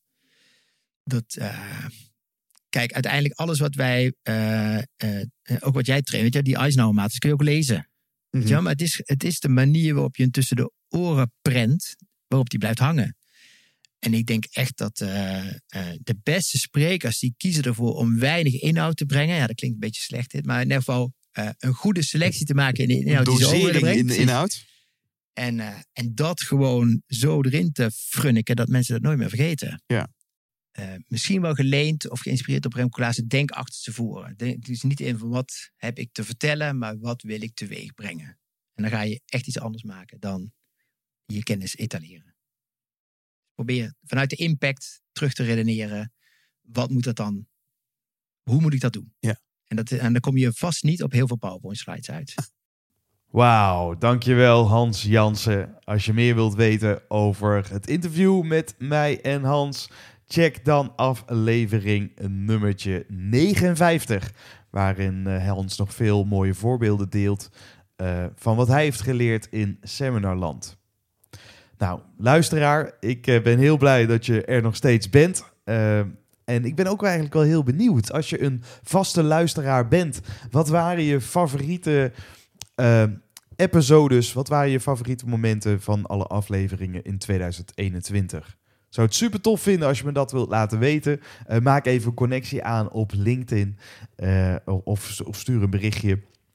[SPEAKER 14] Kijk, uiteindelijk alles wat wij, ook wat jij traint, die Eisenhower-matrix kun je ook lezen. Mm-hmm. Maar het is de manier waarop je hem tussen de oren prent, waarop die blijft hangen. En ik denk echt dat de beste sprekers, die kiezen ervoor om weinig inhoud te brengen. Ja, dat klinkt een beetje slecht dit, maar in ieder geval een goede selectie te maken in de inhoud die ze overbrengen.
[SPEAKER 6] In de inhoud.
[SPEAKER 14] En dat gewoon zo erin te frunniken dat mensen dat nooit meer vergeten. Ja. Misschien wel geleend of geïnspireerd op Remco Klaassen denkachtig te voeren. Dus niet in van wat heb ik te vertellen, maar wat wil ik teweeg brengen. En dan ga je echt iets anders maken dan je kennis etaleren. probeer vanuit de impact terug te redeneren. Wat moet dat dan? Hoe moet ik dat doen?
[SPEAKER 6] Ja.
[SPEAKER 14] En dan kom je vast niet op heel veel PowerPoint slides uit.
[SPEAKER 1] Wauw, dankjewel Hans Jansen. Als je meer wilt weten over het interview met mij en Hans, check dan aflevering nummertje 59. Waarin Hans nog veel mooie voorbeelden deelt van wat hij heeft geleerd in Seminarland. Nou, luisteraar, ik ben heel blij dat je er nog steeds bent. En ik ben ook eigenlijk wel heel benieuwd. Als je een vaste luisteraar bent, wat waren je favoriete episodes? Wat waren je favoriete momenten van alle afleveringen in 2021? Zou het super tof vinden als je me dat wilt laten weten. Maak even een connectie aan op LinkedIn of stuur een berichtje.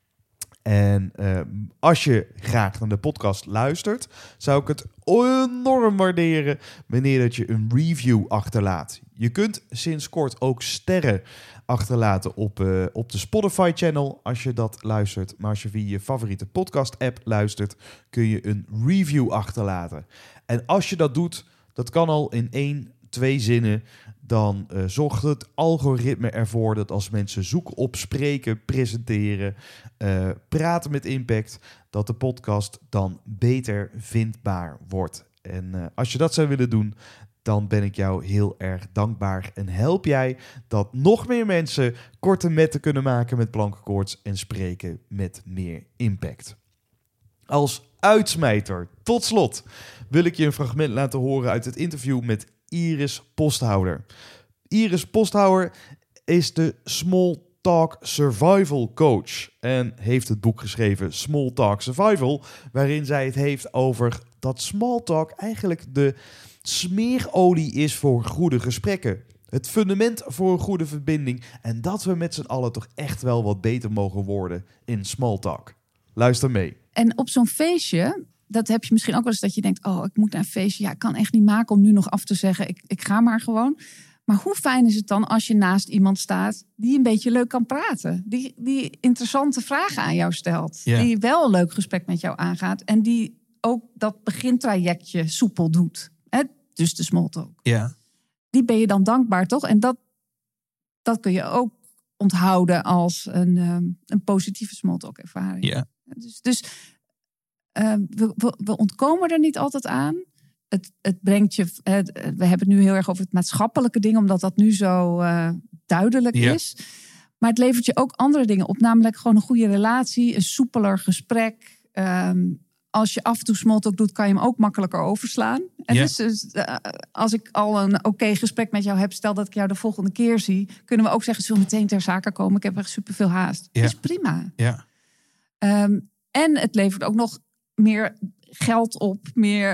[SPEAKER 1] En als je graag naar de podcast luistert, zou ik het enorm waarderen wanneer dat je een review achterlaat. Je kunt sinds kort ook sterren achterlaten op de Spotify-channel als je dat luistert. Maar als je via je favoriete podcast-app luistert, kun je een review achterlaten. En als je dat doet, dat kan al in 1-2 zinnen, dan zorgt het algoritme ervoor dat als mensen zoeken op spreken, presenteren, praten met impact, dat de podcast dan beter vindbaar wordt. En als je dat zou willen doen, dan ben ik jou heel erg dankbaar. En help jij dat nog meer mensen korte metten kunnen maken met plankenkoorts en spreken met meer impact. Als uitsmijter, tot slot, wil ik je een fragment laten horen uit het interview met Iris Posthouwer. Iris Posthouwer is de Small Talk Survival Coach en heeft het boek geschreven Small Talk Survival, waarin zij het heeft over dat small talk eigenlijk de smeerolie is voor goede gesprekken. Het fundament voor een goede verbinding en dat we met z'n allen toch echt wel wat beter mogen worden in small talk. Luister mee.
[SPEAKER 15] En op zo'n feestje, dat heb je misschien ook wel eens dat je denkt, oh, ik moet naar een feestje. Ja, ik kan echt niet maken om nu nog af te zeggen, ik ga maar gewoon. Maar hoe fijn is het dan als je naast iemand staat die een beetje leuk kan praten? Die interessante vragen aan jou stelt. Ja. Die wel een leuk gesprek met jou aangaat. En die ook dat begintrajectje soepel doet. Hè? Dus de small talk.
[SPEAKER 6] Ja.
[SPEAKER 15] Die ben je dan dankbaar, toch? En dat kun je ook onthouden als een positieve small talk ervaring.
[SPEAKER 6] Ja.
[SPEAKER 15] Dus we ontkomen er niet altijd aan. Het brengt je. We hebben het nu heel erg over het maatschappelijke ding, omdat dat nu zo duidelijk is. Maar het levert je ook andere dingen op, namelijk gewoon een goede relatie, een soepeler gesprek. Als je af en toe small talk doet, kan je hem ook makkelijker overslaan. En dus als ik al een oké gesprek met jou heb, stel dat ik jou de volgende keer zie, kunnen we ook zeggen, zullen we meteen ter zake komen? Ik heb echt superveel haast.
[SPEAKER 6] Ja.
[SPEAKER 15] Dat is prima.
[SPEAKER 6] Ja.
[SPEAKER 15] En het levert ook nog meer geld op,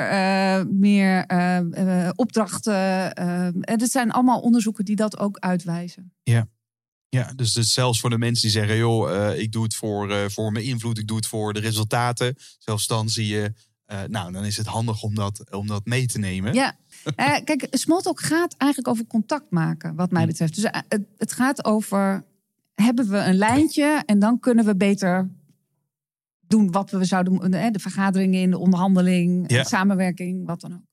[SPEAKER 15] meer opdrachten. En het zijn allemaal onderzoeken die dat ook uitwijzen.
[SPEAKER 6] Ja. Ja, dus zelfs voor de mensen die zeggen, joh, ik doe het voor mijn invloed, ik doe het voor de resultaten. Zelfs dan zie je, dan is het handig om dat mee te nemen.
[SPEAKER 15] Ja, kijk, smalltalk gaat eigenlijk over contact maken, wat mij betreft. Dus het gaat over, hebben we een lijntje en dan kunnen we beter doen wat we zouden doen. De vergaderingen in de onderhandeling, de samenwerking, wat dan ook.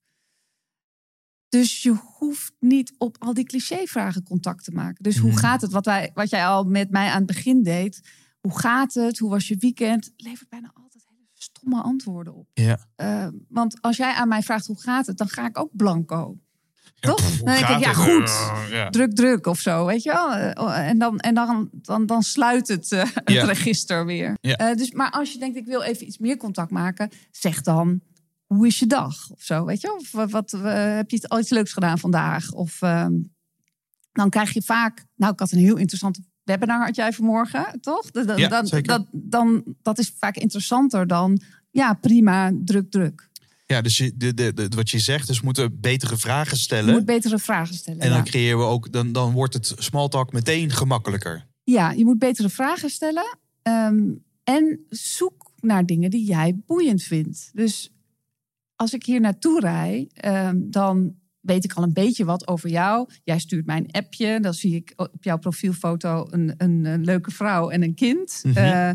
[SPEAKER 15] Dus je hoeft niet op al die clichévragen contact te maken. Dus hoe gaat het? Wat jij al met mij aan het begin deed. Hoe gaat het? Hoe was je weekend? Levert bijna altijd hele stomme antwoorden op.
[SPEAKER 6] Ja.
[SPEAKER 15] Want als jij aan mij vraagt hoe gaat het, dan ga ik ook blanco.
[SPEAKER 6] Ja,
[SPEAKER 15] toch? Dan denk ik, goed. Druk of zo, weet je wel. En dan sluit het register weer.
[SPEAKER 6] Ja.
[SPEAKER 15] Maar als je denkt, ik wil even iets meer contact maken, zeg dan, hoe is je dag? Of zo, weet je? Of heb je al iets leuks gedaan vandaag? Of dan krijg je vaak, ik had een heel interessant webinar had jij vanmorgen, toch? Dat is vaak interessanter dan, prima, druk.
[SPEAKER 6] Ja, dus wat je zegt, dus we moeten betere vragen stellen.
[SPEAKER 15] Je moet betere vragen stellen.
[SPEAKER 6] En dan creëren we ook, dan wordt het small talk meteen gemakkelijker.
[SPEAKER 15] Ja, je moet betere vragen stellen. En zoek naar dingen die jij boeiend vindt. Dus als ik hier naartoe rijd, dan weet ik al een beetje wat over jou. Jij stuurt mij een appje. Dan zie ik op jouw profielfoto een leuke vrouw en een kind. Mm-hmm.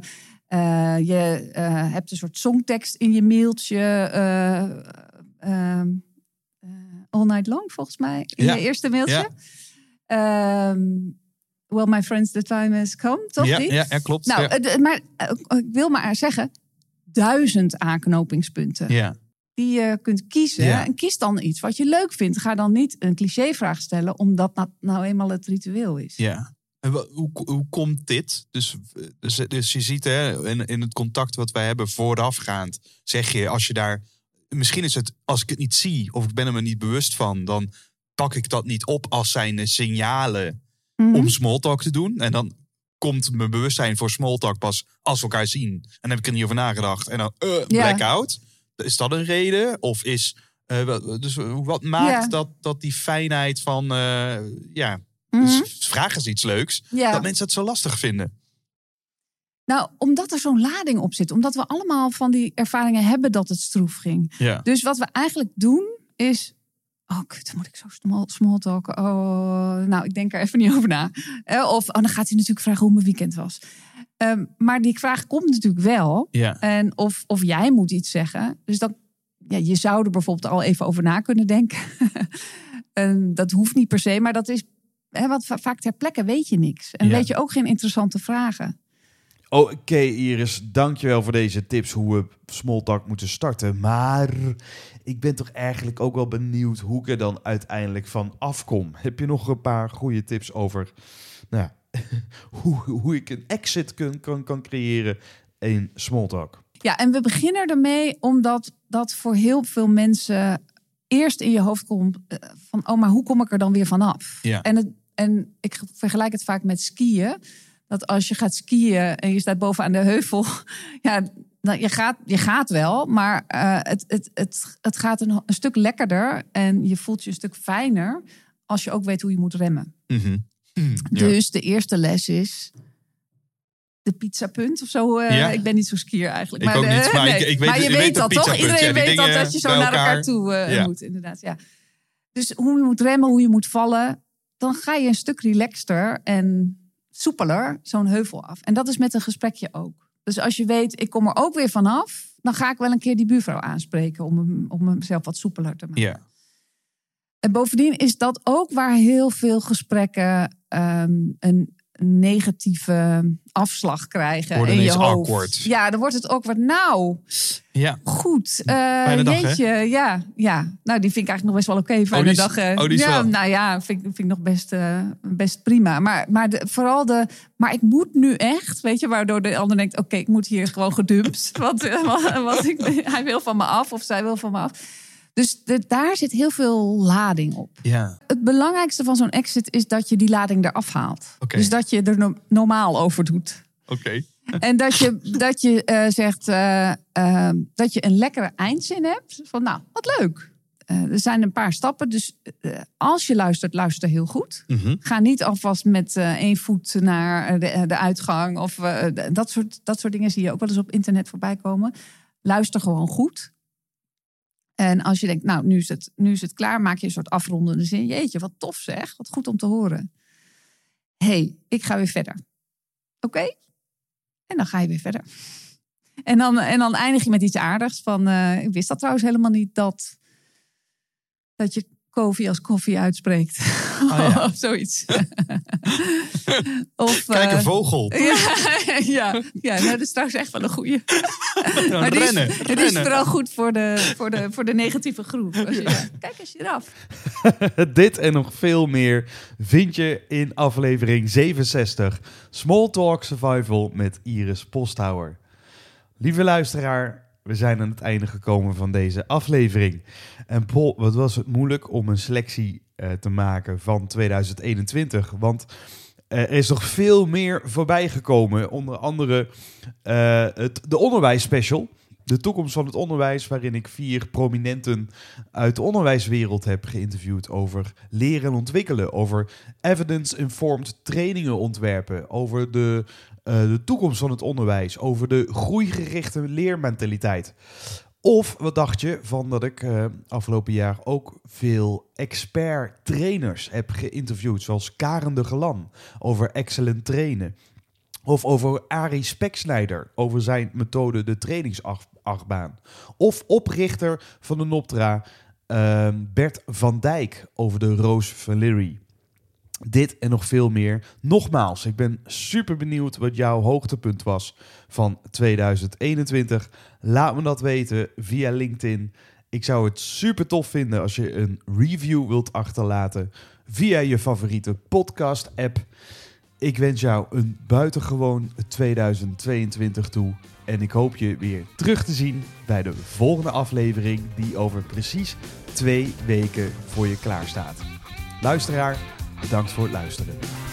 [SPEAKER 15] Je hebt een soort songtekst in je mailtje. All Night Long, volgens mij. In je eerste mailtje. Ja. Well, my friends, the time has come, toch?
[SPEAKER 6] Ja, klopt.
[SPEAKER 15] Nou, maar ik wil maar zeggen, 1000 aanknopingspunten.
[SPEAKER 6] Ja.
[SPEAKER 15] Die je kunt kiezen. Ja. En kies dan iets wat je leuk vindt. Ga dan niet een clichévraag stellen, omdat nou eenmaal het ritueel is.
[SPEAKER 6] Ja. En hoe komt dit? Dus je ziet in het contact wat wij hebben voorafgaand, zeg je, als je daar... Misschien is het, als ik het niet zie of ik ben er me niet bewust van, dan pak ik dat niet op als zijn signalen om smalltalk te doen. En dan komt mijn bewustzijn voor smalltalk pas als we elkaar zien. En dan heb ik er niet over nagedacht. En dan blackout. Is dat een reden? Of is... dus wat maakt dat die fijheid van... dus vragen ze iets leuks. Ja. Dat mensen het zo lastig vinden.
[SPEAKER 15] Nou, omdat er zo'n lading op zit. Omdat we allemaal van die ervaringen hebben dat het stroef ging. Ja. Dus wat we eigenlijk doen is... Oh, kut, dan moet ik zo smalltalken. Oh, nou, ik denk er even niet over na. Of dan gaat hij natuurlijk vragen hoe mijn weekend was. Maar die vraag komt natuurlijk wel. Ja. En of jij moet iets zeggen. Dus dan, je zou er bijvoorbeeld al even over na kunnen denken. Dat hoeft niet per se, maar dat is... want vaak ter plekke weet je niks. En weet je ook geen interessante vragen.
[SPEAKER 1] Oké, Iris, dankjewel voor deze tips hoe we smalltalk moeten starten. Maar ik ben toch eigenlijk ook wel benieuwd hoe ik er dan uiteindelijk van afkom. Heb je nog een paar goede tips over hoe ik een exit kan creëren in smalltalk? Ja,
[SPEAKER 15] en we beginnen ermee omdat dat voor heel veel mensen eerst in je hoofd komt van... maar hoe kom ik er dan weer vanaf? Ja. En ik vergelijk het vaak met skiën. Dat als je gaat skiën en je staat bovenaan de heuvel... je gaat wel, maar het gaat een stuk lekkerder... en je voelt je een stuk fijner als je ook weet hoe je moet remmen. Mm-hmm. Dus de eerste les is... de pizzapunt of zo. Ik ben niet zo skier eigenlijk.
[SPEAKER 6] Ik ook niet, maar ik weet,
[SPEAKER 15] maar je weet dat toch? Iedereen weet dat je zo naar elkaar toe
[SPEAKER 6] moet,
[SPEAKER 15] inderdaad. Ja. Dus hoe je moet remmen, hoe je moet vallen... dan ga je een stuk relaxter en soepeler zo'n heuvel af. En dat is met een gesprekje ook. Dus als je weet, ik kom er ook weer vanaf... dan ga ik wel een keer die buurvrouw aanspreken... om mezelf wat soepeler te maken. Yeah. En bovendien is dat ook waar heel veel gesprekken... een negatieve afslag krijgen in je hoofd. Awkward. Ja, dan wordt het ook wat goed. Jeetje, ja. Nou, die vind ik eigenlijk nog best wel oké. Fijne dag. Vind ik nog best prima. Maar vooral maar ik moet nu echt, weet je, waardoor de ander denkt, oké, ik moet hier gewoon gedumpt. Want hij wil van me af of zij wil van me af. Dus daar zit heel veel lading op. Ja. Het belangrijkste van zo'n exit is dat je die lading eraf haalt. Okay. Dus dat je er normaal over doet.
[SPEAKER 6] Okay.
[SPEAKER 15] En dat je zegt dat je een lekkere eindzin hebt. Van nou, wat leuk. Er zijn een paar stappen. Dus als je luistert, luister heel goed. Mm-hmm. Ga niet alvast met 1 voet naar de uitgang. Of dat soort dingen zie je ook wel eens op internet voorbij komen. Luister gewoon goed. En als je denkt, nou, nu is het klaar, maak je een soort afrondende zin. Jeetje, wat tof zeg, wat goed om te horen. Hey, ik ga weer verder. Oké? En dan ga je weer verder. En dan eindig je met iets aardigs van... ik wist dat trouwens helemaal niet dat je koffie als koffie uitspreekt. Of zoiets.
[SPEAKER 6] Kijk, een vogel.
[SPEAKER 15] Ja, nou, dat is trouwens echt wel een goeie. Maar het is vooral goed voor de negatieve groep. Kijk eens eraf.
[SPEAKER 1] Dit en nog veel meer vind je in aflevering 67. Small Talk Survival met Iris Posthouwer. Lieve luisteraar, we zijn aan het einde gekomen van deze aflevering. En Paul, wat was het moeilijk om een selectie te maken van 2021. Want er is nog veel meer voorbij gekomen. Onder andere de onderwijsspecial. De toekomst van het onderwijs, waarin ik 4 prominenten uit de onderwijswereld heb geïnterviewd over leren en ontwikkelen. Over evidence-informed trainingen ontwerpen. Over de toekomst van het onderwijs. Over de groeigerichte leermentaliteit. Of wat dacht je van dat ik afgelopen jaar ook veel expert trainers heb geïnterviewd. Zoals Karen de Gelan over excellent trainen. Of over Arie Speksnijder over zijn methode de trainingsachtbaan. Of oprichter van de Noptra Bert van Dijk over de Rose Valerie. Dit en nog veel meer. Nogmaals, ik ben super benieuwd wat jouw hoogtepunt was van 2021. Laat me dat weten via LinkedIn. Ik zou het super tof vinden als je een review wilt achterlaten via je favoriete podcast-app. Ik wens jou een buitengewoon 2022 toe. En ik hoop je weer terug te zien bij de volgende aflevering die over precies 2 weken voor je klaar staat. Luisteraar, bedankt voor het luisteren.